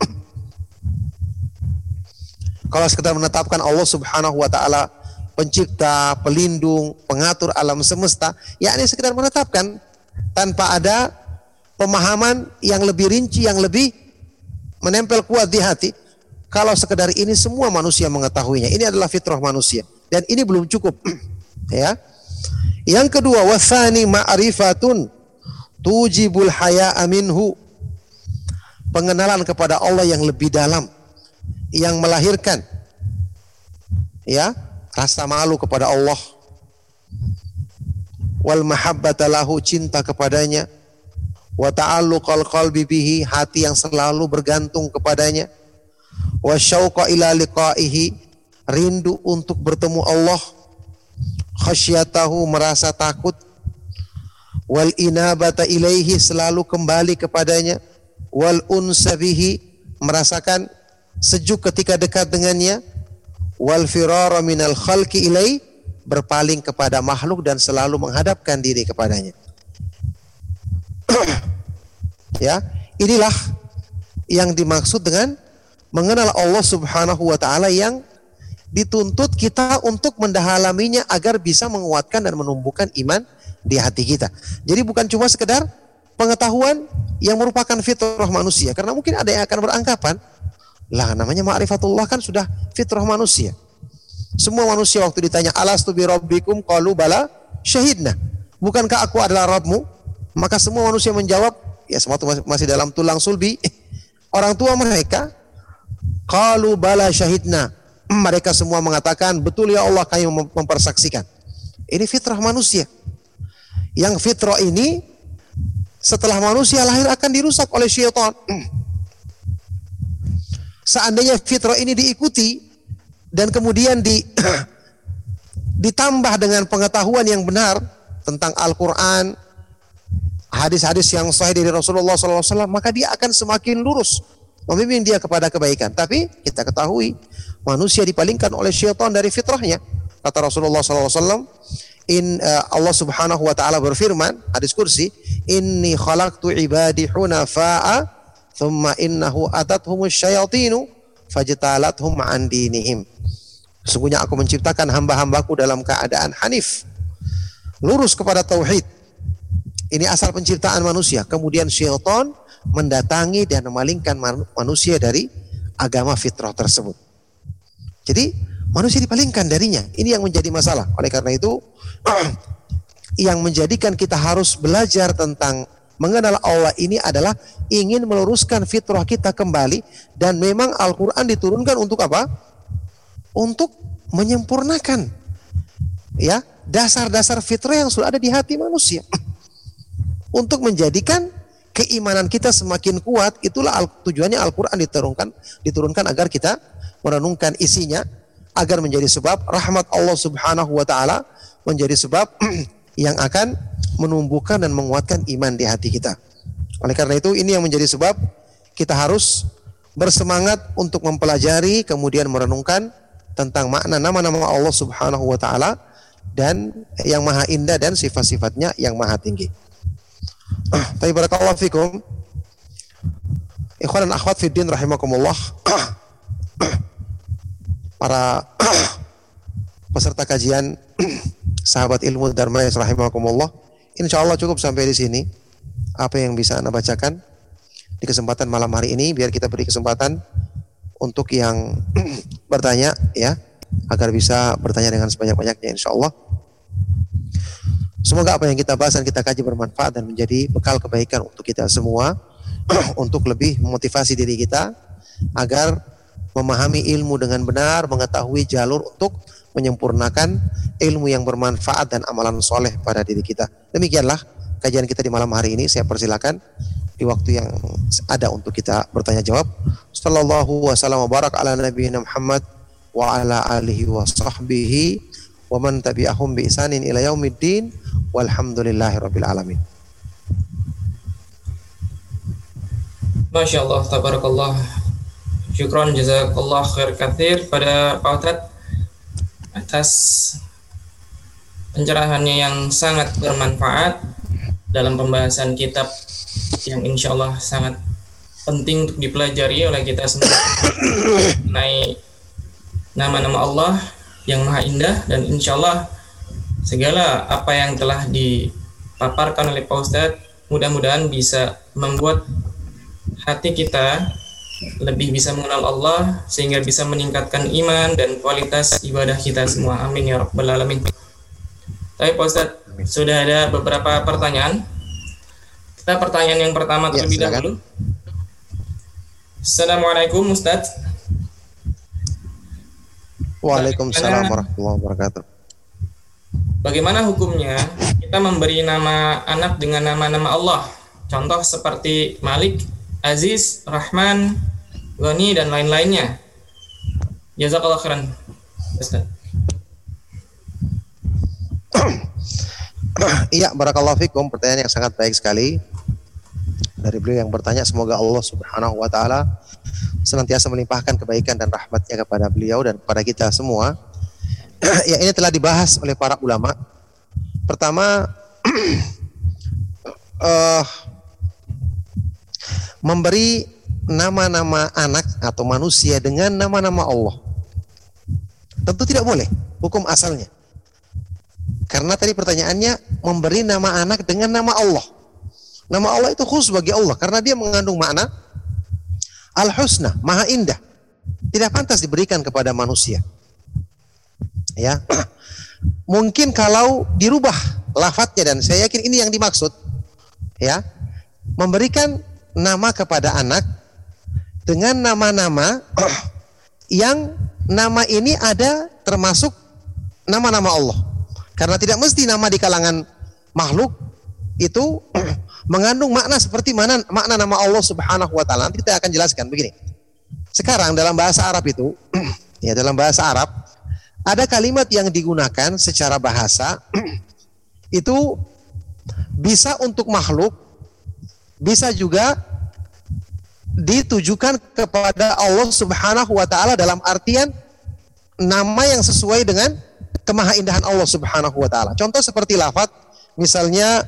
Kalau sekedar menetapkan Allah Subhanahu wa taala pencipta, pelindung, pengatur alam semesta, ya ini sekedar menetapkan tanpa ada pemahaman yang lebih rinci, yang lebih menempel kuat di hati. Kalau sekedar ini semua manusia mengetahuinya. Ini adalah fitrah manusia dan ini belum cukup. Ya. Yang kedua, wasani ma'rifatun tujibul haya'a minhu. Pengenalan kepada Allah yang lebih dalam, yang melahirkan ya rasa malu kepada Allah. Wal mahabbata lahu, cinta kepadanya. Wa ta'alluqal qalbi bihi, hati yang selalu bergantung kepadanya. Wa syauqa ila liqa'ihi, rindu untuk bertemu Allah. Khasyatahu, merasa takut. Wal inabata ilaihi, selalu kembali kepadanya. Wal unsa bihi, merasakan sejuk ketika dekat dengannya. Wal firara minal khalqi ilaihi, berpaling kepada makhluk dan selalu menghadapkan diri kepadanya. Ya, inilah yang dimaksud dengan mengenal Allah Subhanahu wa taala, yang dituntut kita untuk mendalaminya agar bisa menguatkan dan menumbuhkan iman di hati kita. Jadi bukan cuma sekedar pengetahuan yang merupakan fitrah manusia, karena mungkin ada yang akan beranggapan, lah namanya ma'rifatullah kan sudah fitrah manusia. Semua manusia waktu ditanya alastu bi rabbikum qalu bala syahidna, bukankah aku adalah Rabbmu? Maka semua manusia menjawab, ya semua masih dalam tulang sulbi orang tua mereka. Qalu bala syahidna, mereka semua mengatakan, betul ya Allah, kami mempersaksikan. Ini fitrah manusia. Yang fitrah ini setelah manusia lahir akan dirusak oleh syaitan. Seandainya fitrah ini diikuti dan kemudian ditambah dengan pengetahuan yang benar tentang Al-Quran, hadis-hadis yang sahih dari Rasulullah SAW, maka dia akan semakin lurus, membimbing dia kepada kebaikan. Tapi kita ketahui manusia dipalingkan oleh syaitan dari fitrahnya. Kata Rasulullah SAW, Allah Subhanahu wa taala berfirman, hadis kursi, inni khalaqtu ibadi hunafa'a thumma innahu atathumus syayatinu fajtalathum an dinihim. Sesungguhnya aku menciptakan hamba-hambaku dalam keadaan hanif, lurus kepada tauhid. Ini asal penciptaan manusia. Kemudian syaitan mendatangi dan memalingkan manusia dari agama fitrah tersebut. Jadi manusia dipalingkan darinya. Ini yang menjadi masalah. Oleh karena itu yang menjadikan kita harus belajar tentang mengenal Allah ini adalah ingin meluruskan fitrah kita kembali. Dan memang Al-Quran diturunkan untuk apa? Untuk menyempurnakan ya dasar-dasar fitrah yang sudah ada di hati manusia. Untuk menjadikan keimanan kita semakin kuat. Itulah tujuannya Al-Quran diturunkan agar kita merenungkan isinya, agar menjadi sebab rahmat Allah Subhanahu wa taala, menjadi sebab yang akan menumbuhkan dan menguatkan iman di hati kita. Oleh karena itu ini yang menjadi sebab kita harus bersemangat untuk mempelajari, kemudian merenungkan tentang makna nama-nama Allah Subhanahu wa taala dan yang maha indah dan sifat-sifatnya yang maha tinggi. Tapi barakallahu fikum, ikhwan dan akhwat fiddin rahimakumullah, para peserta kajian sahabat ilmu Darmais rahimakumullah, insyaallah cukup sampai di sini apa yang bisa Anda bacakan di kesempatan malam hari ini, biar kita beri kesempatan untuk yang bertanya ya, agar bisa bertanya dengan sebanyak-banyaknya insyaallah. Semoga apa yang kita bahas dan kita kaji bermanfaat dan menjadi bekal kebaikan untuk kita semua untuk lebih memotivasi diri kita agar memahami ilmu dengan benar, mengetahui jalur untuk menyempurnakan ilmu yang bermanfaat dan amalan soleh pada diri kita. Demikianlah kajian kita di malam hari ini. Saya persilakan di waktu yang ada untuk kita bertanya jawab. Sallallahu wasallam wa barak ala nabiyina Muhammad wa ala alihi wa sahbihi wa man tabi'ahum bi ihsanin ila yaumiddin walhamdulillahi rabbil alamin. Masya Allah, tabarakallah. Syukron, jazakallah khair katsir pada Pak Ustadz atas pencerahannya yang sangat bermanfaat dalam pembahasan kitab yang insya Allah sangat penting untuk dipelajari oleh kita semua mengenai nama-nama Allah yang maha indah, dan insya Allah segala apa yang telah dipaparkan oleh Pak Ustadz mudah-mudahan bisa membuat hati kita lebih bisa mengenal Allah sehingga bisa meningkatkan iman dan kualitas ibadah kita semua. Amin ya rabbal alamin. Baik Pak Ustadz, sudah ada beberapa pertanyaan. Kita pertanyaan yang pertama terlebih dahulu. Assalamualaikum Ustadz. Waalaikumsalam warahmatullahi wabarakatuh. Bagaimana hukumnya kita memberi nama anak dengan nama-nama Allah? Contoh seperti Malik, Aziz, Rahman, Ghani, dan lain-lainnya. Jazakallah khairan, Ustaz. Iya, barakallahu fikum. Pertanyaan yang sangat baik sekali dari beliau yang bertanya. Semoga Allah Subhanahu wa taala senantiasa melimpahkan kebaikan dan rahmatnya kepada beliau dan kepada kita semua. Ya, ini telah dibahas oleh para ulama. Pertama, memberi nama-nama anak atau manusia dengan nama-nama Allah tentu tidak boleh, hukum asalnya. Karena tadi pertanyaannya memberi nama anak dengan nama Allah. Nama Allah itu khusus bagi Allah karena dia mengandung makna al-husna, maha indah. Tidak pantas diberikan kepada manusia. Ya. Mungkin kalau dirubah lafadznya, dan saya yakin ini yang dimaksud, ya, memberikan nama kepada anak dengan nama-nama yang nama ini ada termasuk nama-nama Allah. Karena tidak mesti nama di kalangan makhluk itu mengandung makna seperti makna nama Allah Subhanahu wa taala. Nanti kita akan jelaskan begini. Sekarang dalam bahasa Arab itu ya, dalam bahasa Arab ada kalimat yang digunakan secara bahasa itu bisa untuk makhluk, bisa juga ditujukan kepada Allah Subhanahu wa taala dalam artian nama yang sesuai dengan kemahaindahan Allah Subhanahu wa taala. Contoh seperti lafaz misalnya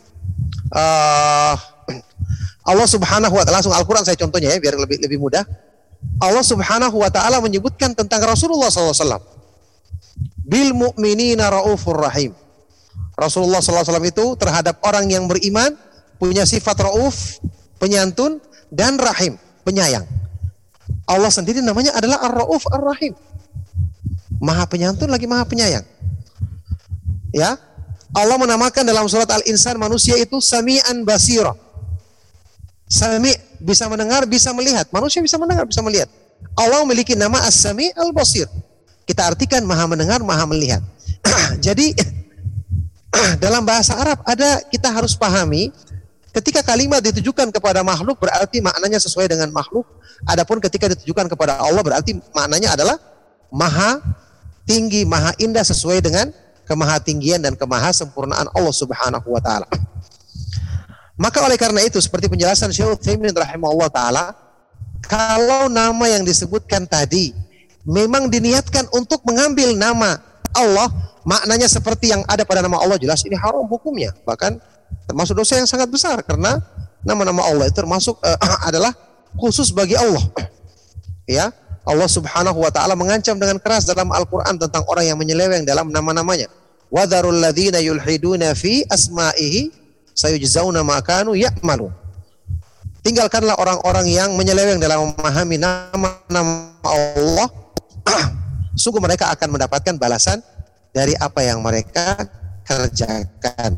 Allah Subhanahu wa taala, langsung Al-Qur'an saya contohnya ya biar lebih mudah. Allah Subhanahu wa taala menyebutkan tentang Rasulullah SAW. Bil mu'minina raufur rahim. Rasulullah SAW itu terhadap orang yang beriman punya sifat rauf, penyantun, dan rahim, penyayang. Allah sendiri namanya adalah Ar-Rauf Ar-Rahim. Maha penyantun lagi maha penyayang. Ya. Allah menamakan dalam surat Al-Insan manusia itu Sami'an Basira. Sami' bisa mendengar, bisa melihat. Manusia bisa mendengar, bisa melihat. Allah memiliki nama As-Sami' Al-Basir. Kita artikan maha mendengar, maha melihat. Jadi dalam bahasa Arab ada, kita harus pahami ketika kalimat ditujukan kepada makhluk berarti maknanya sesuai dengan makhluk. Adapun ketika ditujukan kepada Allah berarti maknanya adalah maha tinggi, maha indah sesuai dengan kemahatinggian dan kemahasempurnaan Allah Subhanahu wa taala. Maka oleh karena itu seperti penjelasan Syekh Utsaimin rahimahullah taala, kalau nama yang disebutkan tadi memang diniatkan untuk mengambil nama Allah, maknanya seperti yang ada pada nama Allah, jelas ini haram hukumnya, bahkan termasuk dosa yang sangat besar karena nama-nama Allah itu termasuk adalah khusus bagi Allah. Ya, Allah Subhanahu wa taala mengancam dengan keras dalam Al-Qur'an tentang orang yang menyeleweng dalam nama-namanya. Wa dzarul ladzina yulhiduna fi asma'ihi sayujzauna ma kanu ya'malun. Tinggalkanlah orang-orang yang menyeleweng dalam memahami nama-nama Allah. Sungguh mereka akan mendapatkan balasan dari apa yang mereka kerjakan.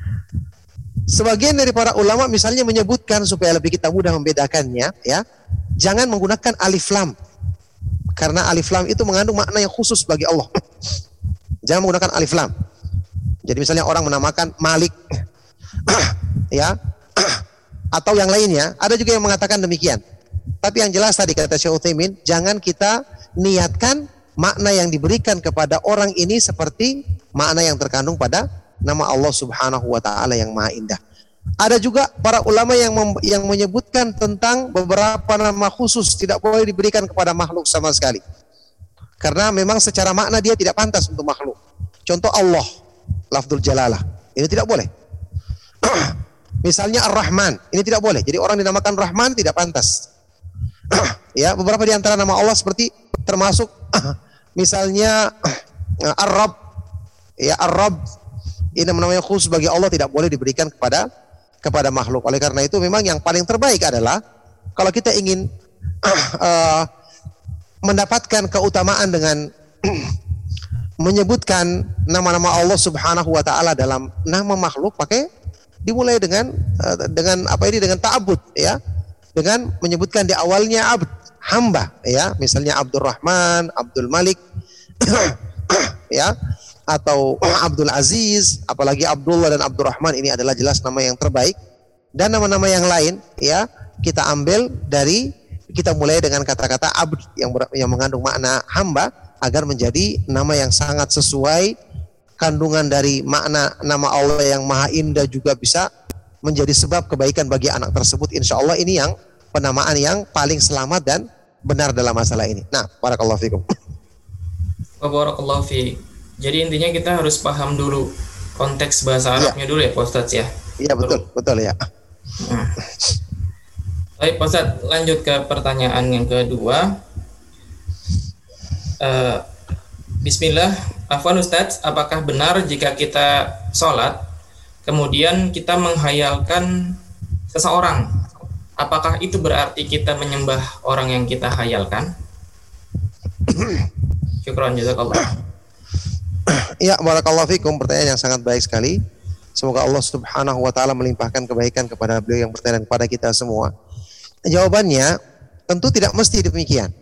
Sebagian dari para ulama misalnya menyebutkan supaya lebih kita mudah membedakannya, ya, jangan menggunakan alif lam. Karena alif lam itu mengandung makna yang khusus bagi Allah. Jangan menggunakan alif lam. Jadi misalnya orang menamakan Malik, ya, atau yang lainnya, ada juga yang mengatakan demikian. Tapi yang jelas tadi kata Syekh Utsaimin, jangan kita niatkan makna yang diberikan kepada orang ini seperti makna yang terkandung pada nama Allah Subhanahu wa taala yang Maha Indah. Ada juga para ulama yang menyebutkan tentang beberapa nama khusus tidak boleh diberikan kepada makhluk sama sekali. Karena memang secara makna dia tidak pantas untuk makhluk. Contoh Allah, lafdzul jalalah, ini tidak boleh. Misalnya Ar-Rahman, ini tidak boleh. Jadi orang dinamakan Rahman tidak pantas. Ya, beberapa di antara nama Allah seperti termasuk misalnya Ar-Rabb. Ya, Ar-Rabb ini namanya khusus bagi Allah, tidak boleh diberikan kepada makhluk. Oleh karena itu memang yang paling terbaik adalah kalau kita ingin mendapatkan keutamaan dengan menyebutkan nama-nama Allah Subhanahu wa taala dalam nama makhluk, dimulai dengan ta'abbud, ya. Dengan menyebutkan di awalnya abd, hamba, ya. Misalnya Abdurrahman, Abdul Malik, ya, atau Abdul Aziz, apalagi Abdullah dan Abdurrahman, ini adalah jelas nama yang terbaik. Dan nama-nama yang lain, ya, kita mulai dengan kata-kata abd yang mengandung makna hamba, agar menjadi nama yang sangat sesuai. Kandungan dari makna nama Allah yang Maha Indah juga bisa menjadi sebab kebaikan bagi anak tersebut. Insya Allah ini yang penamaan yang paling selamat dan benar dalam masalah ini. Nah, barakallahu fikum. Barakallahu fiik. Jadi intinya kita harus paham dulu konteks bahasa Arabnya dulu ya Pak Ustadz ya. Iya, betul ya. Baik Pak Ustadz, lanjut ke pertanyaan yang kedua. Bismillah, afwan Ustadz, apakah benar jika kita sholat kemudian kita menghayalkan seseorang, apakah itu berarti kita menyembah orang yang kita hayalkan? Syukran jazakallah. Ya, barakallahu fikum, pertanyaan yang sangat baik sekali. Semoga Allah Subhanahu wa taala melimpahkan kebaikan kepada beliau yang bertanya kepada kita semua. Jawabannya tentu tidak mesti demikian.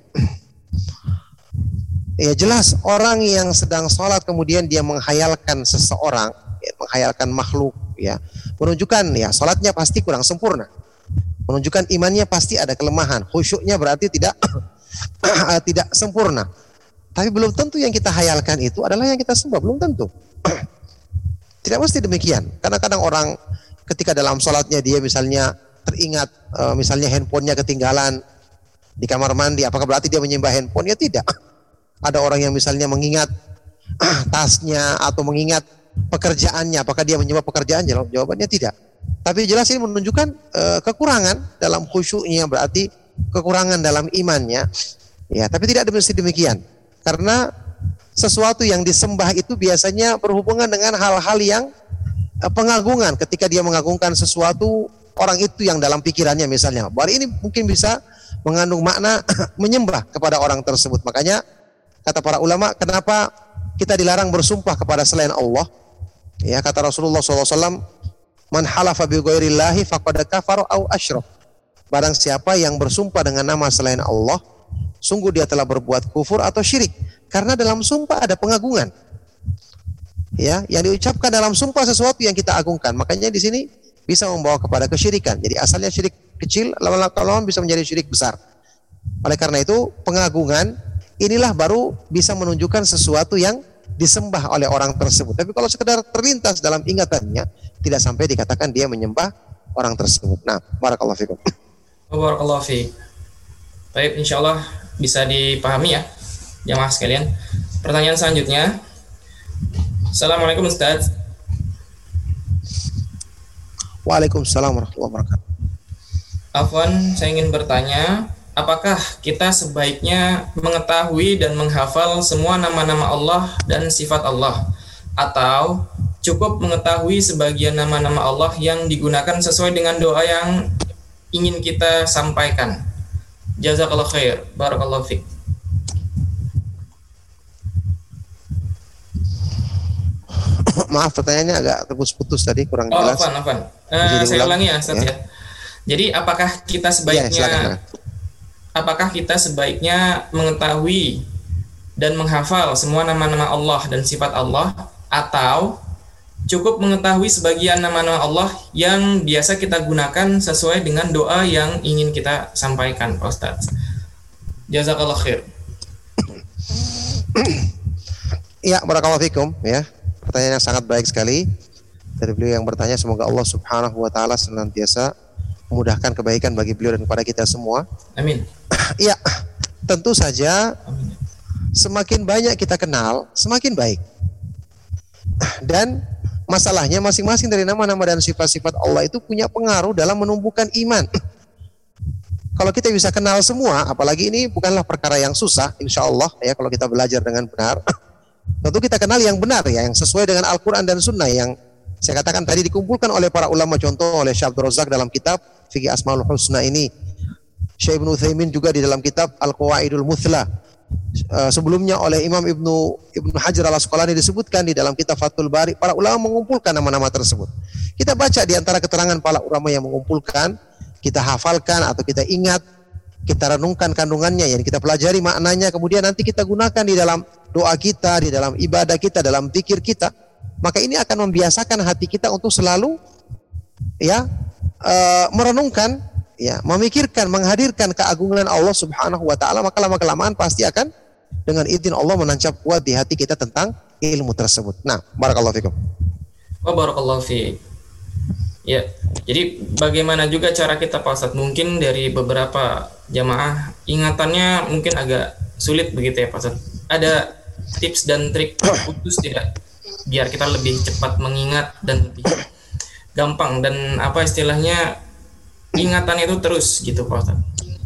Ya, jelas orang yang sedang sholat kemudian dia menghayalkan seseorang, ya, menghayalkan makhluk, ya, menunjukkan ya sholatnya pasti kurang sempurna, menunjukkan imannya pasti ada kelemahan, khusyuknya berarti tidak tidak sempurna. Tapi belum tentu yang kita hayalkan itu adalah yang kita sembah, belum tentu. Tidak mesti demikian. Karena kadang orang ketika dalam sholatnya dia misalnya teringat misalnya handphonenya ketinggalan di kamar mandi, apakah berarti dia menyembah handphone? Ya tidak. Ada orang yang misalnya mengingat tasnya atau mengingat pekerjaannya, apakah dia menyembah pekerjaannya? Jawabannya tidak. Tapi jelas ini menunjukkan kekurangan dalam khusyuknya, berarti kekurangan dalam imannya. Ya, tapi tidak mesti demikian. Karena sesuatu yang disembah itu biasanya berhubungan dengan hal-hal yang pengagungan. Ketika dia mengagungkan sesuatu, orang itu yang dalam pikirannya misalnya, bahwa ini mungkin bisa mengandung makna menyembah kepada orang tersebut. Makanya kata para ulama, kenapa kita dilarang bersumpah kepada selain Allah? Ya, kata Rasulullah SAW, man halafa bi ghairillahi faqad kafara aw asyrak. Barang siapa yang bersumpah dengan nama selain Allah, sungguh dia telah berbuat kufur atau syirik. Karena dalam sumpah ada pengagungan. Ya, yang diucapkan dalam sumpah sesuatu yang kita agungkan. Makanya di sini bisa membawa kepada kesyirikan. Jadi asalnya syirik kecil, lama-lama bisa menjadi syirik besar. Oleh karena itu, pengagungan inilah baru bisa menunjukkan sesuatu yang disembah oleh orang tersebut. Tapi kalau sekedar terlintas dalam ingatannya, tidak sampai dikatakan dia menyembah orang tersebut. Nah, barakallahu fikum. Barakallahu fiik. Baik, insyaallah bisa dipahami ya, jamaah sekalian. Pertanyaan selanjutnya. Assalamualaikum Ustaz. Waalaikumsalam warahmatullahi wabarakatuh. Afwan, saya ingin bertanya, apakah kita sebaiknya mengetahui dan menghafal semua nama-nama Allah dan sifat Allah, atau cukup mengetahui sebagian nama-nama Allah yang digunakan sesuai dengan doa yang ingin kita sampaikan? Jazakallah khair, barakallahu fiik. Maaf, pertanyaannya agak terputus-putus tadi, kurang jelas. Afwan. Saya ulangi ya Ustaz ya. Jadi apakah kita sebaiknya apakah kita sebaiknya mengetahui dan menghafal semua nama-nama Allah dan sifat Allah, atau cukup mengetahui sebagian nama-nama Allah yang biasa kita gunakan sesuai dengan doa yang ingin kita sampaikan, Pak Ustadz? Jazakallah khair. Ya, barakallahu fikum ya. Pertanyaan yang sangat baik sekali dari beliau yang bertanya. Semoga Allah Subhanahu wa taala senantiasa memudahkan kebaikan bagi beliau dan kepada kita semua. Amin. Ya, tentu saja Amin. semakin banyak kita kenal, semakin baik. Dan masalahnya masing-masing dari nama-nama dan sifat-sifat Allah itu punya pengaruh dalam menumbuhkan iman. Kalau kita bisa kenal semua, apalagi ini bukanlah perkara yang susah, insya Allah ya, kalau kita belajar dengan benar. Tentu kita kenal yang benar ya, yang sesuai dengan Al-Quran dan Sunnah, yang saya katakan tadi dikumpulkan oleh para ulama, contoh oleh Syekh Abdul Razak dalam kitab Fiqh Asmaul Husna ini, Syekh Ibnu Utsaimin juga di dalam kitab Al-Qawaidul Muthla. Sebelumnya oleh Imam Ibnu Hajar Al-Asqalani disebutkan di dalam kitab Fathul Bari. Para ulama mengumpulkan nama-nama tersebut. Kita baca di antara keterangan para ulama yang mengumpulkan, kita hafalkan atau kita ingat, kita renungkan kandungannya, yang kita pelajari maknanya, kemudian nanti kita gunakan di dalam doa kita, di dalam ibadah kita, dalam zikir kita. Maka ini akan membiasakan hati kita untuk selalu ya merenungkan, ya, memikirkan, menghadirkan keagungan Allah Subhanahu wa taala. Maka lama-kelamaan pasti akan dengan izin Allah menancap kuat di hati kita tentang ilmu tersebut. Nah, barakallahu fikum. Wa barakallahu fiik. Ya, jadi bagaimana juga cara kita, Pak Ustadz? Mungkin dari beberapa jamaah ingatannya mungkin agak sulit begitu ya, Pak Ustadz. Ada tips dan trik khusus tidak biar kita lebih cepat mengingat dan lebih gampang, dan apa istilahnya, ingatan itu terus gitu, Pak Ustadz?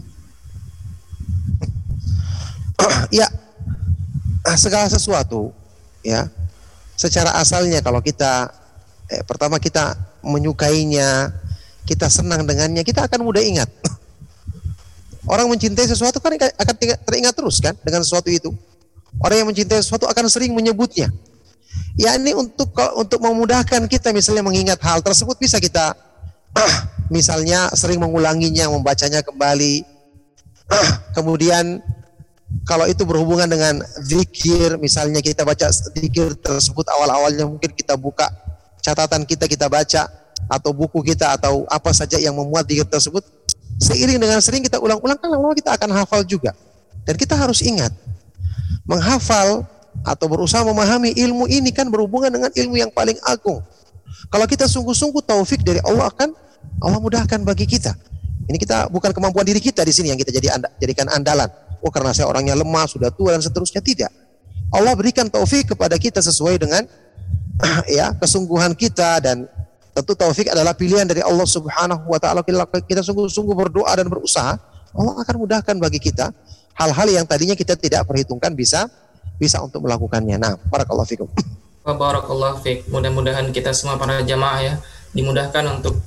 Ya, segala sesuatu ya, secara asalnya kalau kita pertama kita menyukainya, kita senang dengannya, kita akan mudah ingat. Orang mencintai sesuatu kan akan teringat terus kan dengan sesuatu itu. Orang yang mencintai sesuatu akan sering menyebutnya. Ya, ini untuk memudahkan kita misalnya mengingat hal tersebut, bisa kita misalnya sering mengulanginya, membacanya kembali. Kemudian kalau itu berhubungan dengan zikir, misalnya kita baca zikir tersebut, awal-awalnya mungkin kita buka catatan kita baca, atau buku kita, atau apa saja yang memuat zikir tersebut. Seiring dengan sering kita ulang-ulang, kan lama-lama kita akan hafal juga. Dan kita harus ingat, menghafal atau berusaha memahami ilmu ini kan berhubungan dengan ilmu yang paling agung. Kalau kita sungguh-sungguh, taufik dari Allah akan Allah mudahkan bagi kita. Ini kita bukan kemampuan diri kita di sini yang kita jadikan andalan. Oh, karena saya orangnya lemah, sudah tua dan seterusnya. Tidak. Allah berikan taufik kepada kita sesuai dengan ya kesungguhan kita, dan tentu taufik adalah pilihan dari Allah Subhanahu wa taala. Kita sungguh-sungguh berdoa dan berusaha, Allah akan mudahkan bagi kita hal-hal yang tadinya kita tidak perhitungkan, bisa untuk melakukannya. Nah, barakallahu fikum. Wa barakallahu fiik. Mudah-mudahan kita semua para jamaah ya dimudahkan untuk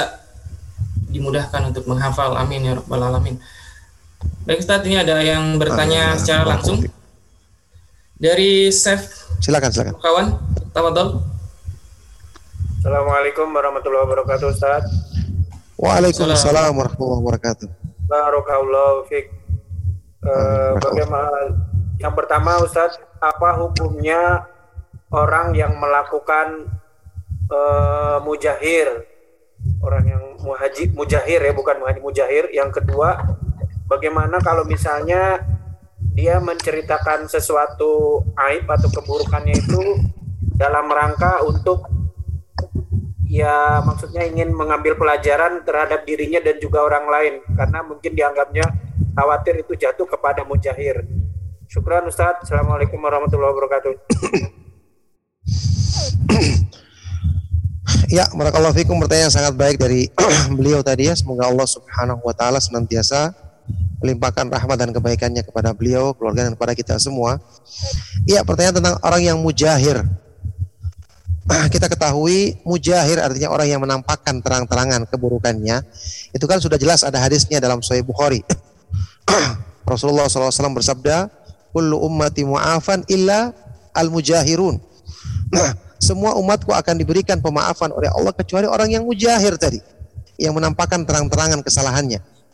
menghafal. Amin ya rabbal alamin. Baik Ustaz, ini ada yang bertanya secara langsung dari Chef. Silakan. Kawan, tafadhol. Assalamualaikum warahmatullahi wabarakatuh, Ustaz. Waalaikumsalam warahmatullahi wabarakatuh. Barakallahu fiik. Bagaimana, yang pertama Ustaz, apa hukumnya orang yang melakukan mujahir, orang yang mujahir ya, bukan mujahir. Yang kedua, bagaimana kalau misalnya dia menceritakan sesuatu aib atau keburukannya itu dalam rangka untuk, ya maksudnya ingin mengambil pelajaran terhadap dirinya dan juga orang lain, karena mungkin dianggapnya khawatir itu jatuh kepada mujahir. Syukran Ustaz. Assalamualaikum warahmatullahi wabarakatuh. Ya, barakallahu fikum. Pertanyaan sangat baik dari beliau tadi ya. Semoga Allah Subhanahu wa taala senantiasa melimpahkan rahmat dan kebaikannya kepada beliau, keluarga, dan kepada kita semua. Iya, pertanyaan tentang orang yang mujahir. Kita ketahui mujahir artinya orang yang menampakkan terang-terangan keburukannya. Itu kan sudah jelas ada hadisnya dalam Sahih Bukhari. Rasulullah SAW bersabda, "Kullu ummati mu'afan illa al-mujahirun." Semua umatku akan diberikan pemaafan oleh Allah kecuali orang yang mujahir tadi, yang menampakkan terang-terangan kesalahannya.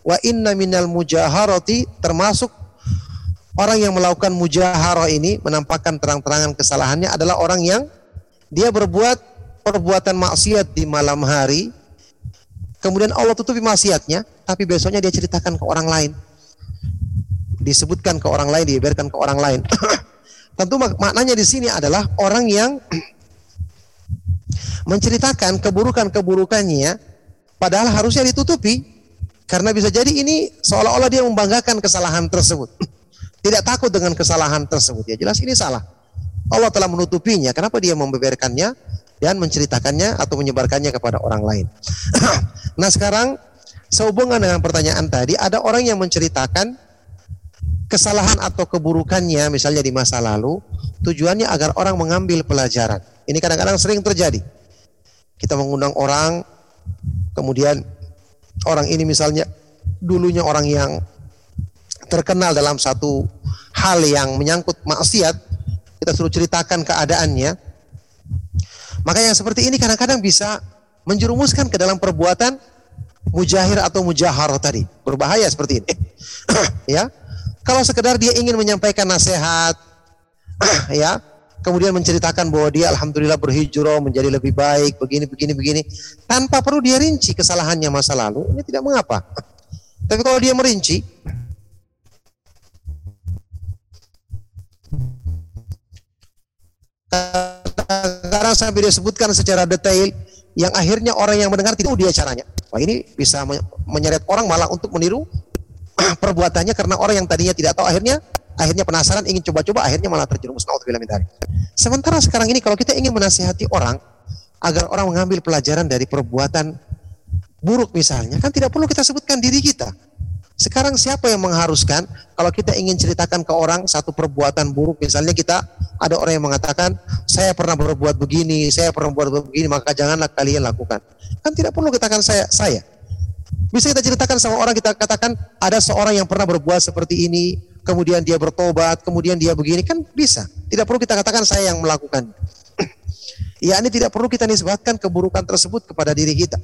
Wa inna minal mujaharati, termasuk orang yang melakukan mujaharah ini, menampakkan terang-terangan kesalahannya, adalah orang yang dia berbuat perbuatan maksiat di malam hari, kemudian Allah tutupi maksiatnya, tapi besoknya dia ceritakan ke orang lain, disebutkan ke orang lain, diberitakan ke orang lain. Tentu maknanya di sini adalah orang yang menceritakan keburukan-keburukannya, padahal harusnya ditutupi, karena bisa jadi ini seolah-olah dia membanggakan kesalahan tersebut. Tidak takut dengan kesalahan tersebut. Ya jelas ini salah. Allah telah menutupinya. Kenapa dia membeberkannya dan menceritakannya atau menyebarkannya kepada orang lain? Nah sekarang sehubungan dengan pertanyaan tadi, ada orang yang menceritakan kesalahan atau keburukannya misalnya di masa lalu, tujuannya agar orang mengambil pelajaran. Ini kadang-kadang sering terjadi. Kita mengundang orang, kemudian orang ini misalnya dulunya orang yang terkenal dalam satu hal yang menyangkut maksiat, kita suruh ceritakan keadaannya. Maka yang seperti ini kadang-kadang bisa menjerumuskan ke dalam perbuatan mujahir atau mujaharah tadi. Berbahaya seperti ini. Ya. Kalau sekedar dia ingin menyampaikan nasihat, ya, kemudian menceritakan bahwa dia alhamdulillah berhijrah menjadi lebih baik, begini, tanpa perlu dia rinci kesalahannya masa lalu, ini tidak mengapa. Tapi kalau dia merinci, kadang sampai dia sebutkan secara detail, yang akhirnya orang yang mendengar tidak tahu dia caranya. Wah, ini bisa menyeret orang malah untuk meniru perbuatannya, karena orang yang tadinya tidak tahu akhirnya penasaran, ingin coba-coba, akhirnya malah terjerumus. Naudzubillah min dzalik. Sementara sekarang ini kalau kita ingin menasihati orang agar orang mengambil pelajaran dari perbuatan buruk misalnya, kan tidak perlu kita sebutkan diri kita. Sekarang siapa yang mengharuskan kalau kita ingin ceritakan ke orang satu perbuatan buruk, misalnya kita ada orang yang mengatakan saya pernah berbuat begini, maka janganlah kalian lakukan. Kan tidak perlu kita katakan saya. Bisa kita ceritakan sama orang, kita katakan ada seorang yang pernah berbuat seperti ini, kemudian dia bertobat, kemudian dia begini, kan bisa. Tidak perlu kita katakan saya yang melakukan. Ya, ini tidak perlu kita nisbatkan keburukan tersebut kepada diri kita.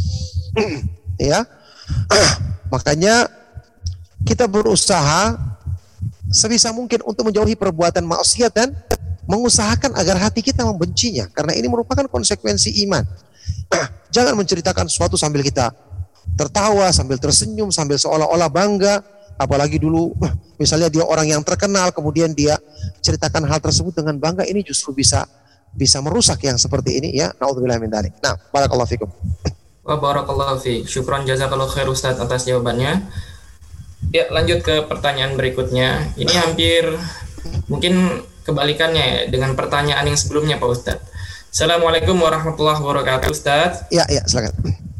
Ya. Makanya kita berusaha sebisa mungkin untuk menjauhi perbuatan maksiat dan mengusahakan agar hati kita membencinya, karena ini merupakan konsekuensi iman. Jangan menceritakan sesuatu sambil kita tertawa, sambil tersenyum, sambil seolah-olah bangga. Apalagi dulu misalnya dia orang yang terkenal, kemudian dia ceritakan hal tersebut dengan bangga, ini justru bisa merusak yang seperti ini, ya. Naudzubillah min dzalik. Nah, barakallahu fikum. Wa barakallahu fiik. Syukran jazakallahu khair Ustaz atas jawabannya. Ya, lanjut ke pertanyaan berikutnya. Ini hampir mungkin kebalikannya ya dengan pertanyaan yang sebelumnya Pak Ustaz. Assalamualaikum warahmatullahi wabarakatuh Ustaz. Ya, silakan.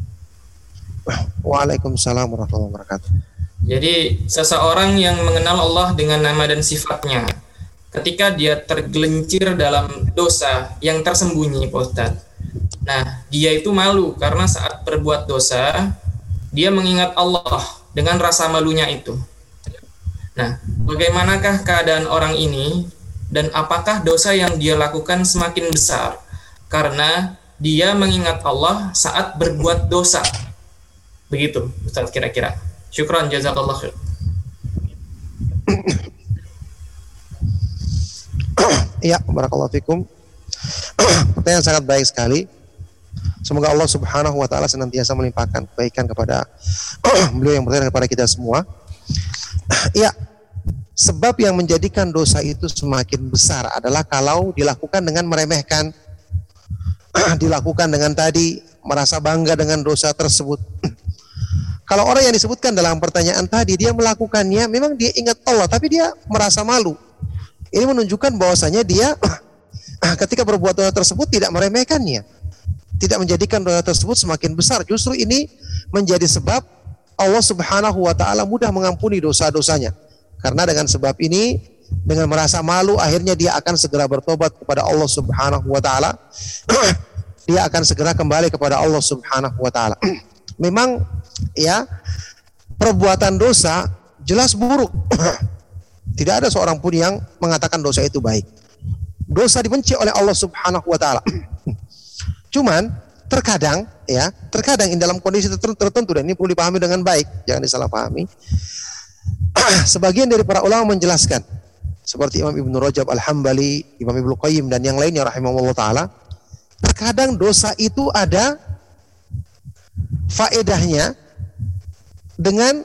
Waalaikumsalam warahmatullahi wabarakatuh. Jadi seseorang yang mengenal Allah dengan nama dan sifatnya, ketika dia tergelincir dalam dosa yang tersembunyi Pak Ustaz, nah dia itu malu karena saat berbuat dosa dia mengingat Allah dengan rasa malunya itu. Nah, bagaimanakah keadaan orang ini, dan apakah dosa yang dia lakukan semakin besar karena dia mengingat Allah saat berbuat dosa? Begitu Ustaz kira-kira. Syukran jazakallah khair. Ya, barakallahu fikum. Pertanyaan sangat baik sekali. Semoga Allah Subhanahu wa taala senantiasa melimpahkan kebaikan kepada beliau yang bertanya kepada kita semua. Ya, sebab yang menjadikan dosa itu semakin besar adalah kalau dilakukan dengan meremehkan, dilakukan dengan tadi merasa bangga dengan dosa tersebut. Kalau orang yang disebutkan dalam pertanyaan tadi, dia melakukannya, memang dia ingat Allah, tapi dia merasa malu. Ini menunjukkan bahwasanya dia ketika berbuat dosa tersebut tidak meremehkannya, tidak menjadikan dosa tersebut semakin besar. Justru ini menjadi sebab Allah Subhanahu wa taala mudah mengampuni dosa-dosanya. Karena dengan sebab ini, dengan merasa malu, akhirnya dia akan segera bertobat kepada Allah Subhanahu wa taala. Dia akan segera kembali kepada Allah Subhanahu wa taala. Memang ya, perbuatan dosa jelas buruk. Tidak ada seorang pun yang mengatakan dosa itu baik. Dosa dibenci oleh Allah Subhanahu wa taala. Cuman terkadang ini dalam kondisi tertentu, dan ini perlu dipahami dengan baik, jangan disalahpahami. Sebagian dari para ulama menjelaskan, seperti Imam Ibnu Rajab Al-Hambali, Imam Ibnu Qayyim dan yang lainnya rahimahullah taala, terkadang dosa itu ada faedahnya dengan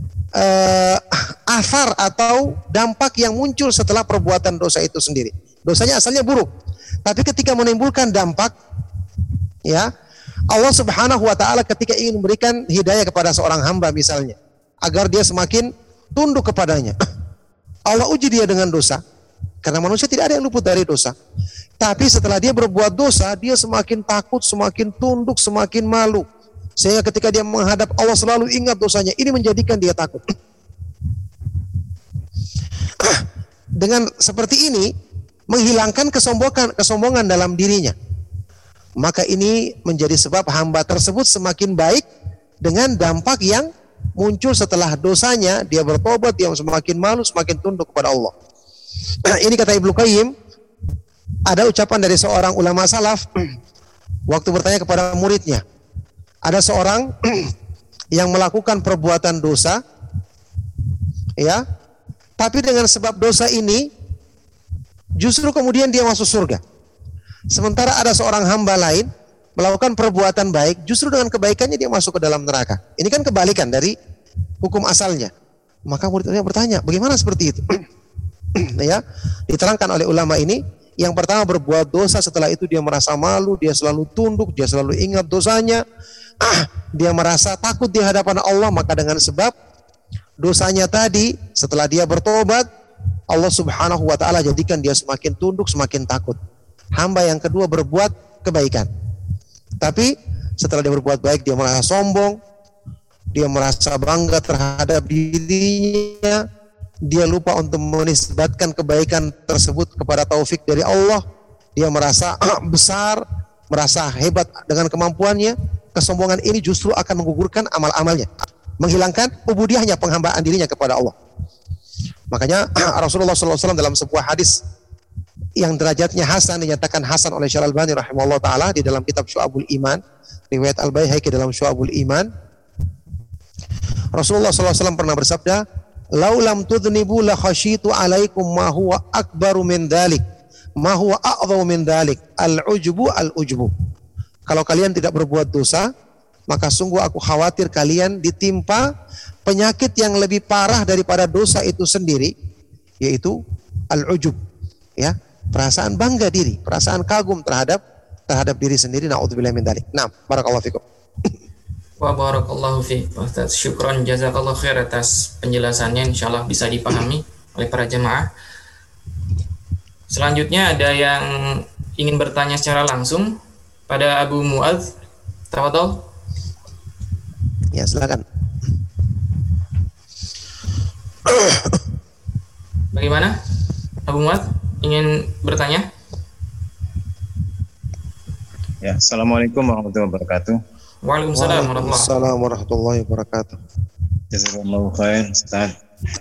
athar atau dampak yang muncul setelah perbuatan dosa itu sendiri. Dosanya asalnya buruk, tapi ketika menimbulkan dampak, ya, Allah Subhanahu wa taala ketika ingin memberikan hidayah kepada seorang hamba misalnya, agar dia semakin tunduk kepadanya, Allah uji dia dengan dosa. Karena manusia tidak ada yang luput dari dosa. Tapi setelah dia berbuat dosa, dia semakin takut, semakin tunduk, semakin malu. Sehingga ketika dia menghadap Allah selalu ingat dosanya. Ini menjadikan dia takut. Dengan seperti ini, menghilangkan kesombongan dalam dirinya. Maka ini menjadi sebab hamba tersebut semakin baik dengan dampak yang muncul setelah dosanya. Dia bertobat, dia semakin malu, semakin tunduk kepada Allah. Ini kata Ibnu Qayyim, ada ucapan dari seorang ulama salaf waktu bertanya kepada muridnya. Ada seorang yang melakukan perbuatan dosa, ya, tapi dengan sebab dosa ini justru kemudian dia masuk surga. Sementara ada seorang hamba lain melakukan perbuatan baik, justru dengan kebaikannya dia masuk ke dalam neraka. Ini kan kebalikan dari hukum asalnya. Maka muridnya bertanya, bagaimana seperti itu? Ya, diterangkan oleh ulama ini, yang pertama berbuat dosa, setelah itu dia merasa malu, dia selalu tunduk, dia selalu ingat dosanya, dia merasa takut di hadapan Allah. Maka dengan sebab dosanya tadi, setelah dia bertobat, Allah Subhanahu wa taala jadikan dia semakin tunduk, semakin takut. Hamba yang kedua berbuat kebaikan, tapi setelah dia berbuat baik, dia merasa sombong, dia merasa bangga terhadap dirinya, dia lupa untuk menisbatkan kebaikan tersebut kepada taufik dari Allah. Dia merasa besar, merasa hebat dengan kemampuannya. Kesombongan ini justru akan menggugurkan amal-amalnya, menghilangkan ubudiyahnya, penghambaan dirinya kepada Allah. Makanya Rasulullah SAW dalam sebuah hadis yang derajatnya hasan, dinyatakan hasan oleh Syekh Al-Albani rahimahullah taala di dalam kitab Syu'abul Iman, riwayat Al-Baihaqi dalam Syu'abul Iman, Rasulullah SAW pernah bersabda, "Laulam tudnibu la khasyitu alaikum ma huwa akbaru min dzalik, ma huwa a'dhamu min dzalik, al-ujbu al-ujbu." Kalau kalian tidak berbuat dosa, maka sungguh aku khawatir kalian ditimpa penyakit yang lebih parah daripada dosa itu sendiri, yaitu al-ujub, ya, perasaan bangga diri, perasaan kagum terhadap diri sendiri. Na'udzubillah min dzalik. Nah, barakallahu fikum. Wa barakallahu fiik Ustaz. Syukron jazakallahu khair atas penjelasannya, insyaallah bisa dipahami oleh para jemaah. Selanjutnya ada yang ingin bertanya secara langsung pada Abu Muadz. Tafadhol. Ya, silakan. Bagaimana? Abu Muadz ingin bertanya? Ya, Assalamualaikum warahmatullahi wabarakatuh. Waalaikumsalam warahmatullahi wabarakatuh. Jazakallahu khair, Ustaz.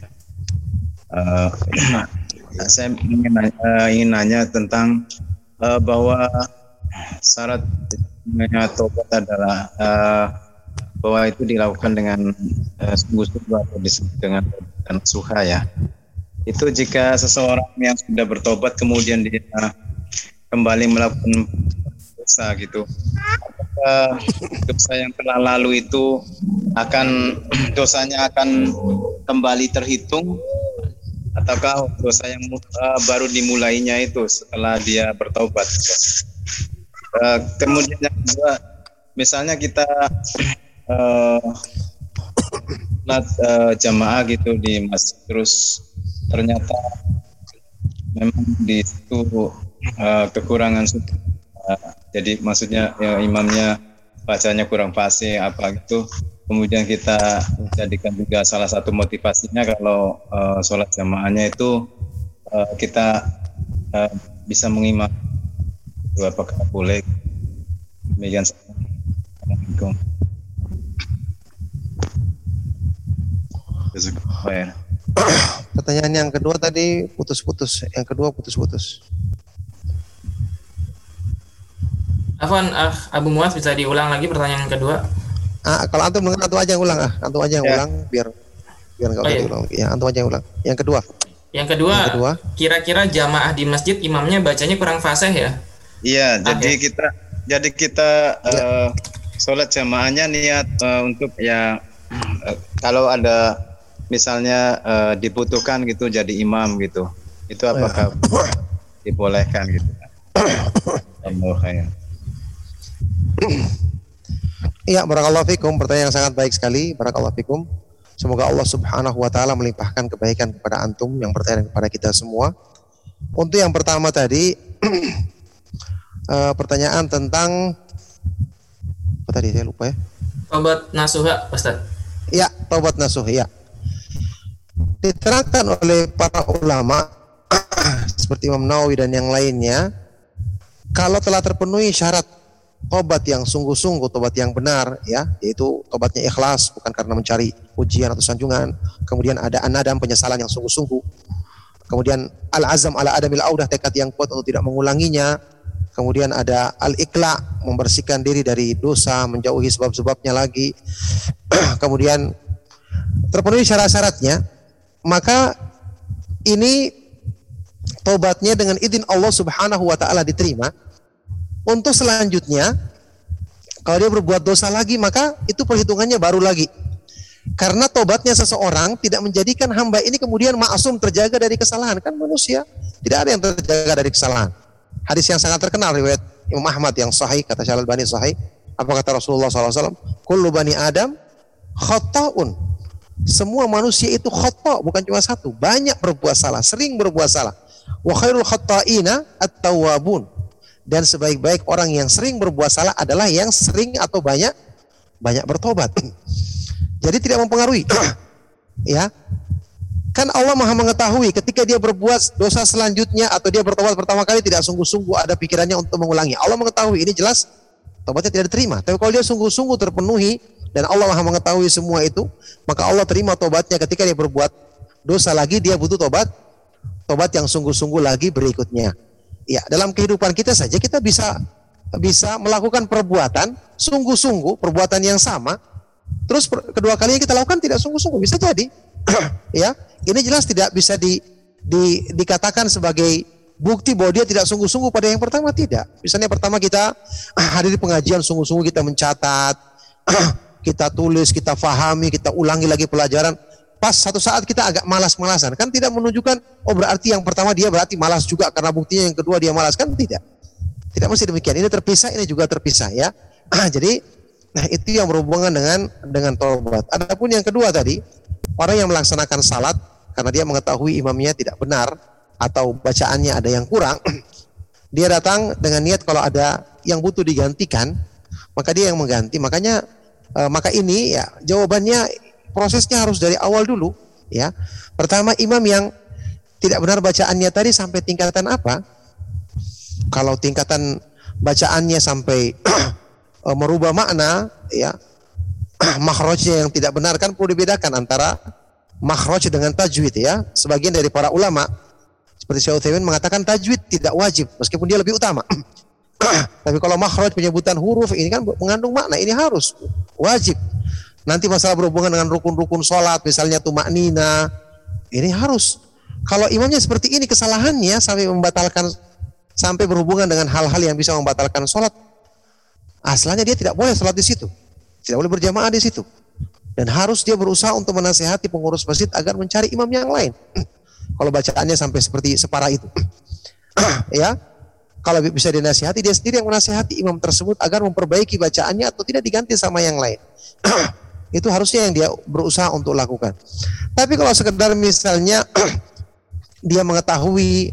Saya ingin nanya tentang bahwa syarat tobat adalah bahwa itu dilakukan dengan sungguh-sungguh atau disebut dengan nasuha, ya. Itu jika seseorang yang sudah bertobat kemudian dia kembali melakukan dosa gitu, apakah dosa yang telah lalu itu dosanya akan kembali terhitung, ataukah dosa yang baru dimulainya itu setelah dia bertobat? Kemudian yang kedua, misalnya kita jamaah gitu di masjid, terus ternyata memang di situ kekurangan sunnah. Jadi maksudnya ya, imamnya bacanya kurang fasih apa gitu. Kemudian kita jadikan juga salah satu motivasinya kalau sholat jamaahnya itu kita bisa mengimam. Apakah boleh? Demikian. Assalamualaikum. Pertanyaan yang kedua tadi putus-putus. Yang kedua putus-putus. Afwan, Abu Muaz bisa diulang lagi pertanyaan kedua? Kalau antum dengar antum aja yang ulang, antum aja yang Ya. ulang biar nggak Oh, usah iya. diulang. Ya, antum aja yang ulang. Yang kedua. Yang kedua, Yang kedua. kira-kira jamaah di masjid imamnya bacanya kurang fasih ya? Iya, jadi Oke. kita sholat jamaahnya niat untuk ya kalau ada misalnya dibutuhkan gitu jadi imam gitu. Itu apakah dibolehkan gitu? Allah khair. Iya, barakallahu fikum. Pertanyaan yang sangat baik sekali. Barakallahu fikum. Semoga Allah Subhanahu wa taala melimpahkan kebaikan kepada antum yang bertanya kepada kita semua. Untuk yang pertama tadi pertanyaan tentang apa tadi saya lupa ya. Tobat nasuha, Ustaz. Ya, taubat nasuh ya. Diterangkan oleh para ulama seperti Imam Nawawi dan yang lainnya, kalau telah terpenuhi syarat tobat yang sungguh-sungguh, tobat yang benar ya, yaitu tobatnya ikhlas bukan karena mencari pujian atau sanjungan, kemudian ada an-nadam, penyesalan yang sungguh-sungguh, kemudian al-azam ala adamil audah, tekad yang kuat untuk tidak mengulanginya, kemudian ada al-iqla, membersihkan diri dari dosa, menjauhi sebab-sebabnya lagi, kemudian terpenuhi syarat-syaratnya, maka ini tobatnya dengan izin Allah Subhanahu wa taala diterima. Untuk selanjutnya, kalau dia berbuat dosa lagi, maka itu perhitungannya baru lagi. Karena tobatnya seseorang tidak menjadikan hamba ini kemudian ma'asum, terjaga dari kesalahan. Kan manusia tidak ada yang terjaga dari kesalahan. Hadis yang sangat terkenal riwayat Imam Ahmad yang sahih, kata Syekh Al-Albani sahih. Apa kata Rasulullah SAW? Kullu bani Adam khata'un. Semua manusia itu khata', bukan cuma satu. Banyak berbuat salah, sering berbuat salah. Wa khairul khata'ina at-tawwabun. Dan sebaik-baik orang yang sering berbuat salah adalah yang sering atau banyak bertobat. Jadi tidak mempengaruhi. Ya. Kan Allah Maha mengetahui ketika dia berbuat dosa selanjutnya atau dia bertobat pertama kali tidak sungguh-sungguh ada pikirannya untuk mengulangi. Allah mengetahui, ini jelas tobatnya tidak diterima. Tapi kalau dia sungguh-sungguh terpenuhi dan Allah Maha mengetahui semua itu, maka Allah terima tobatnya. Ketika dia berbuat dosa lagi, dia butuh tobat yang sungguh-sungguh lagi berikutnya. Ya, dalam kehidupan kita saja kita bisa melakukan perbuatan sungguh-sungguh, perbuatan yang sama, terus kedua kalinya kita lakukan tidak sungguh-sungguh, bisa jadi. Ya, ini jelas tidak bisa dikatakan sebagai bukti bahwa dia tidak sungguh-sungguh pada yang pertama, tidak. Misalnya pertama kita hadiri pengajian sungguh-sungguh, kita mencatat, kita tulis, kita fahami, kita ulangi lagi pelajaran. Pas satu saat kita agak malas-malasan, kan tidak menunjukkan oh berarti yang pertama dia berarti malas juga karena buktinya yang kedua dia malas, kan tidak mesti demikian. Ini terpisah, ini juga terpisah ya. Jadi itu yang berhubungan dengan taubat. Adapun yang kedua tadi, orang yang melaksanakan salat karena dia mengetahui imamnya tidak benar atau bacaannya ada yang kurang, dia datang dengan niat kalau ada yang butuh digantikan maka dia yang mengganti. Maka ini ya jawabannya, prosesnya harus dari awal dulu ya. Pertama, imam yang tidak benar bacaannya tadi sampai tingkatan apa? Kalau tingkatan bacaannya sampai merubah makna ya, makhrajnya yang tidak benar, kan perlu dibedakan antara makhraj dengan tajwid ya. Sebagian dari para ulama seperti Syekh Utsaimin mengatakan tajwid tidak wajib meskipun dia lebih utama. Tapi kalau makhraj, penyebutan huruf ini kan mengandung makna, ini harus wajib. Nanti masalah berhubungan dengan rukun-rukun sholat, misalnya tumaknina, ini harus. Kalau imamnya seperti ini kesalahannya sampai berhubungan dengan hal-hal yang bisa membatalkan sholat, asalnya dia tidak boleh sholat di situ, tidak boleh berjamaah di situ, dan harus dia berusaha untuk menasihati pengurus masjid agar mencari imam yang lain. Kalau bacaannya sampai seperti separah itu, ya, kalau bisa dinasihati, dia sendiri yang menasihati imam tersebut agar memperbaiki bacaannya atau tidak diganti sama yang lain. Itu harusnya yang dia berusaha untuk lakukan. Tapi kalau sekedar misalnya dia mengetahui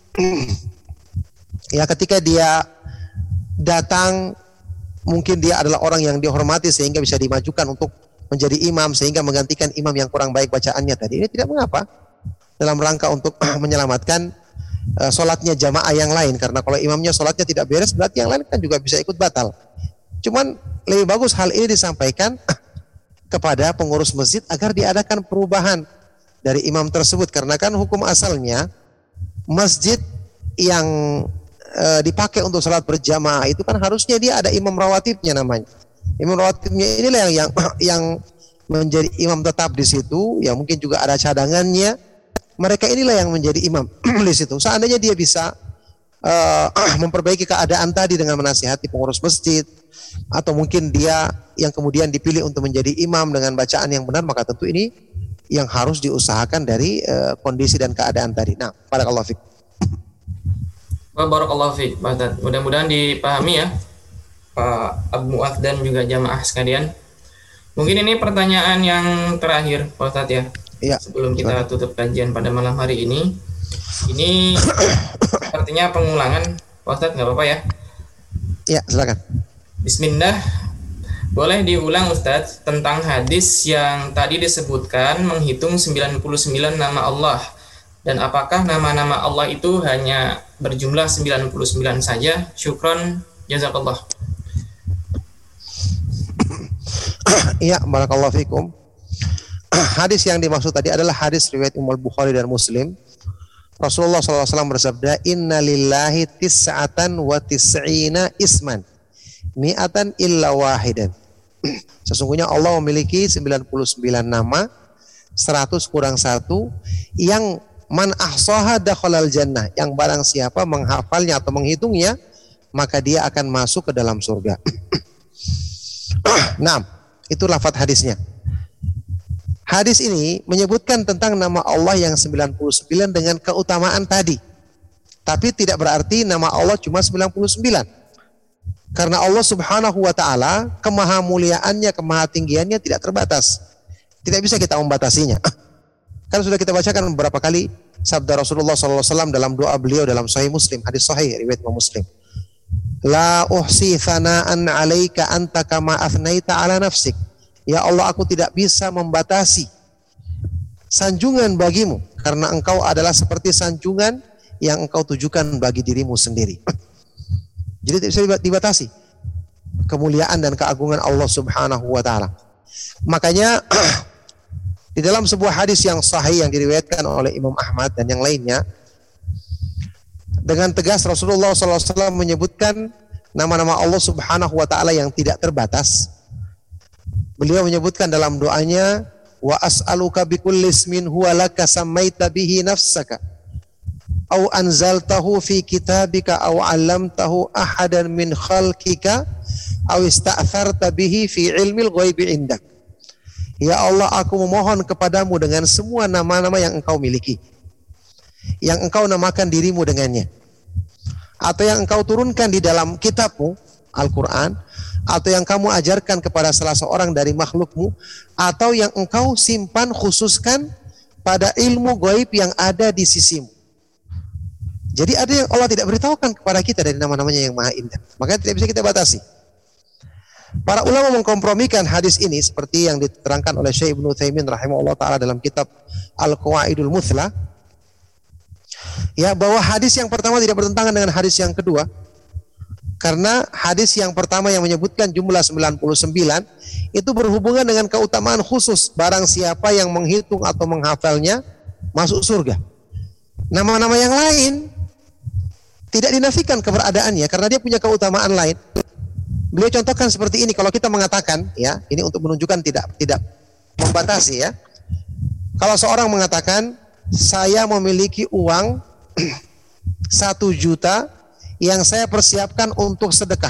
ya ketika dia datang mungkin dia adalah orang yang dihormati sehingga bisa dimajukan untuk menjadi imam sehingga menggantikan imam yang kurang baik bacaannya tadi, ini tidak mengapa dalam rangka untuk menyelamatkan sholatnya jamaah yang lain. Karena kalau imamnya sholatnya tidak beres berarti yang lain kan juga bisa ikut batal. Cuman lebih bagus hal ini disampaikan kepada pengurus masjid agar diadakan perubahan dari imam tersebut, karena kan hukum asalnya masjid yang dipakai untuk salat berjamaah itu kan harusnya dia ada imam rawatibnya namanya. Imam rawatibnya inilah yang menjadi imam tetap di situ, ya mungkin juga ada cadangannya. Mereka inilah yang menjadi imam di situ. Seandainya dia bisa memperbaiki keadaan tadi dengan menasihati pengurus masjid, atau mungkin dia yang kemudian dipilih untuk menjadi imam dengan bacaan yang benar, maka tentu ini yang harus diusahakan dari kondisi dan keadaan tadi. Nah, barakallahu fiik. Barakallahu fiik, Pak Ustadz. Mudah-mudahan dipahami ya, Pak Abu Mu'adz dan juga jamaah sekalian. Mungkin ini pertanyaan yang terakhir, Pak Ustadz ya. Iya. Sebelum kita tutup kajian pada malam hari ini. Ini artinya pengulangan, Pak Ustadz, nggak apa-apa ya? Iya, silakan. Bismillah. Boleh diulang Ustadz tentang hadis yang tadi disebutkan menghitung 99 nama Allah, dan apakah nama-nama Allah itu hanya berjumlah 99 saja? Syukron, jazakallah. Iya, barakallahu fikum. Hadis yang dimaksud tadi adalah hadis riwayat Imam Bukhari dan Muslim. Rasulullah SAW bersabda, Inna lillahi tis'atan wa tis'ina isman, mi'atan illa wahidan. Sesungguhnya Allah memiliki 99 nama, 100 kurang 1, yang man ahsaha dakhalal jannah, yang barang siapa menghafalnya atau menghitungnya, maka dia akan masuk ke dalam surga. Nah, itu lafadz hadisnya. Hadis ini menyebutkan tentang nama Allah yang 99 dengan keutamaan tadi. Tapi tidak berarti nama Allah cuma 99. Karena Allah Subhanahu wa taala kemahamuliaannya, kemahatinggiannya tidak terbatas. Tidak bisa kita membatasinya. Kan sudah kita bacakan beberapa kali sabda Rasulullah SAW dalam doa beliau dalam Sahih Muslim, hadis sahih riwayat Imam Muslim. La uhsi thana'an 'alaika anta kama athnaita 'ala nafsik. Ya Allah, aku tidak bisa membatasi sanjungan bagimu, karena engkau adalah seperti sanjungan yang engkau tujukan bagi dirimu sendiri. Jadi tidak bisa dibatasi kemuliaan dan keagungan Allah Subhanahu wa taala. Makanya di dalam sebuah hadis yang sahih yang diriwayatkan oleh Imam Ahmad dan yang lainnya, dengan tegas Rasulullah SAW menyebutkan nama-nama Allah Subhanahu wa taala yang tidak terbatas. Beliau menyebutkan dalam doanya, wa as'aluka bikulli ismin huwa laka sammaita bihi nafsaka aw anzaltahu fi kitabika aw 'allamtahu ahadan min khalqika aw ista'tharta bihi fi ilmil ghaibi indak. Ya Allah, aku memohon kepadamu dengan semua nama-nama yang engkau miliki, yang engkau namakan dirimu dengannya, atau yang engkau turunkan di dalam kitabmu Al-Quran, atau yang kamu ajarkan kepada salah seorang dari makhlukmu, atau yang engkau simpan khususkan pada ilmu gaib yang ada di sisimu. Jadi ada yang Allah tidak beritahukan kepada kita dari nama-namanya yang maha indah, makanya tidak bisa kita batasi. Para ulama mengkompromikan hadis ini seperti yang diterangkan oleh Syekh Ibnu Utsaimin rahimahullah taala dalam kitab Al-Qawaidul Muthla, ya, bahwa hadis yang pertama tidak bertentangan dengan hadis yang kedua. Karena hadis yang pertama yang menyebutkan jumlah 99 itu berhubungan dengan keutamaan khusus barang siapa yang menghitung atau menghafalnya masuk surga. Nama-nama yang lain tidak dinafikan keberadaannya karena dia punya keutamaan lain. Beliau contohkan seperti ini, kalau kita mengatakan, ya, ini untuk menunjukkan tidak membatasi, ya. Kalau seorang mengatakan, saya memiliki uang 1 juta yang saya persiapkan untuk sedekah.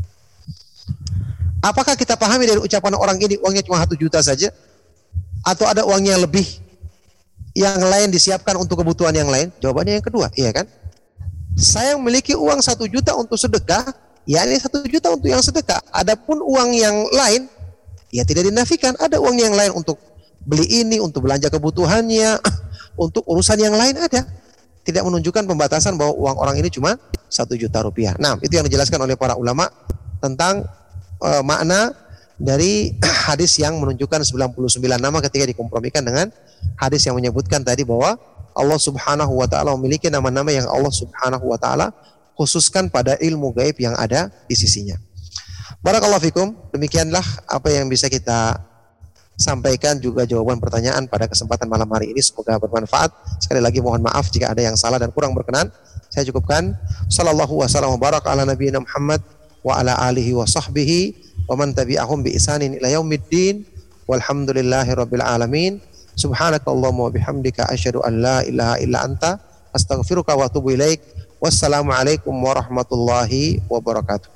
Apakah kita pahami dari ucapan orang ini uangnya cuma 1 juta saja? Atau ada uangnya lebih yang lain disiapkan untuk kebutuhan yang lain? Jawabannya yang kedua, iya kan? Saya memiliki uang 1 juta untuk sedekah, ya ini 1 juta untuk yang sedekah. Adapun uang yang lain, ya tidak dinafikan, ada uang yang lain untuk beli ini, untuk belanja kebutuhannya, untuk urusan yang lain ada. Tidak menunjukkan pembatasan bahwa uang orang ini cuma 1 juta rupiah. Nah, itu yang dijelaskan oleh para ulama tentang makna dari hadis yang menunjukkan 99 nama ketika dikompromikan dengan hadis yang menyebutkan tadi bahwa Allah Subhanahu wa taala memiliki nama-nama yang Allah Subhanahu wa taala khususkan pada ilmu gaib yang ada di sisinya. Barakallahu fikum. Demikianlah apa yang bisa kita sampaikan juga jawaban pertanyaan pada kesempatan malam hari ini. Semoga bermanfaat. Sekali lagi mohon maaf jika ada yang salah dan kurang berkenan. Saya cukupkan. Sallallahu wasallam wa baraka ala nabiyina Muhammad wa ala alihi wa sahbihi wa man tabi'ahum bi ihsanin ila yaumiddin. Walhamdulillahi rabbil alamin. Subhanakallahumma wa bihamdika asyhadu an la ilaha illa anta astaghfiruka wa atubu ilaik. Wassalamualaikum warahmatullahi wabarakatuh.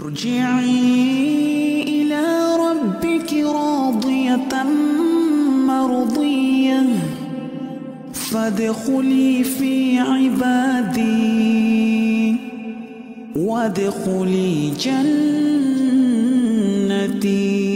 ارجعي إلى ربك راضية مرضية فادخلي في عبادي وادخلي جنتي.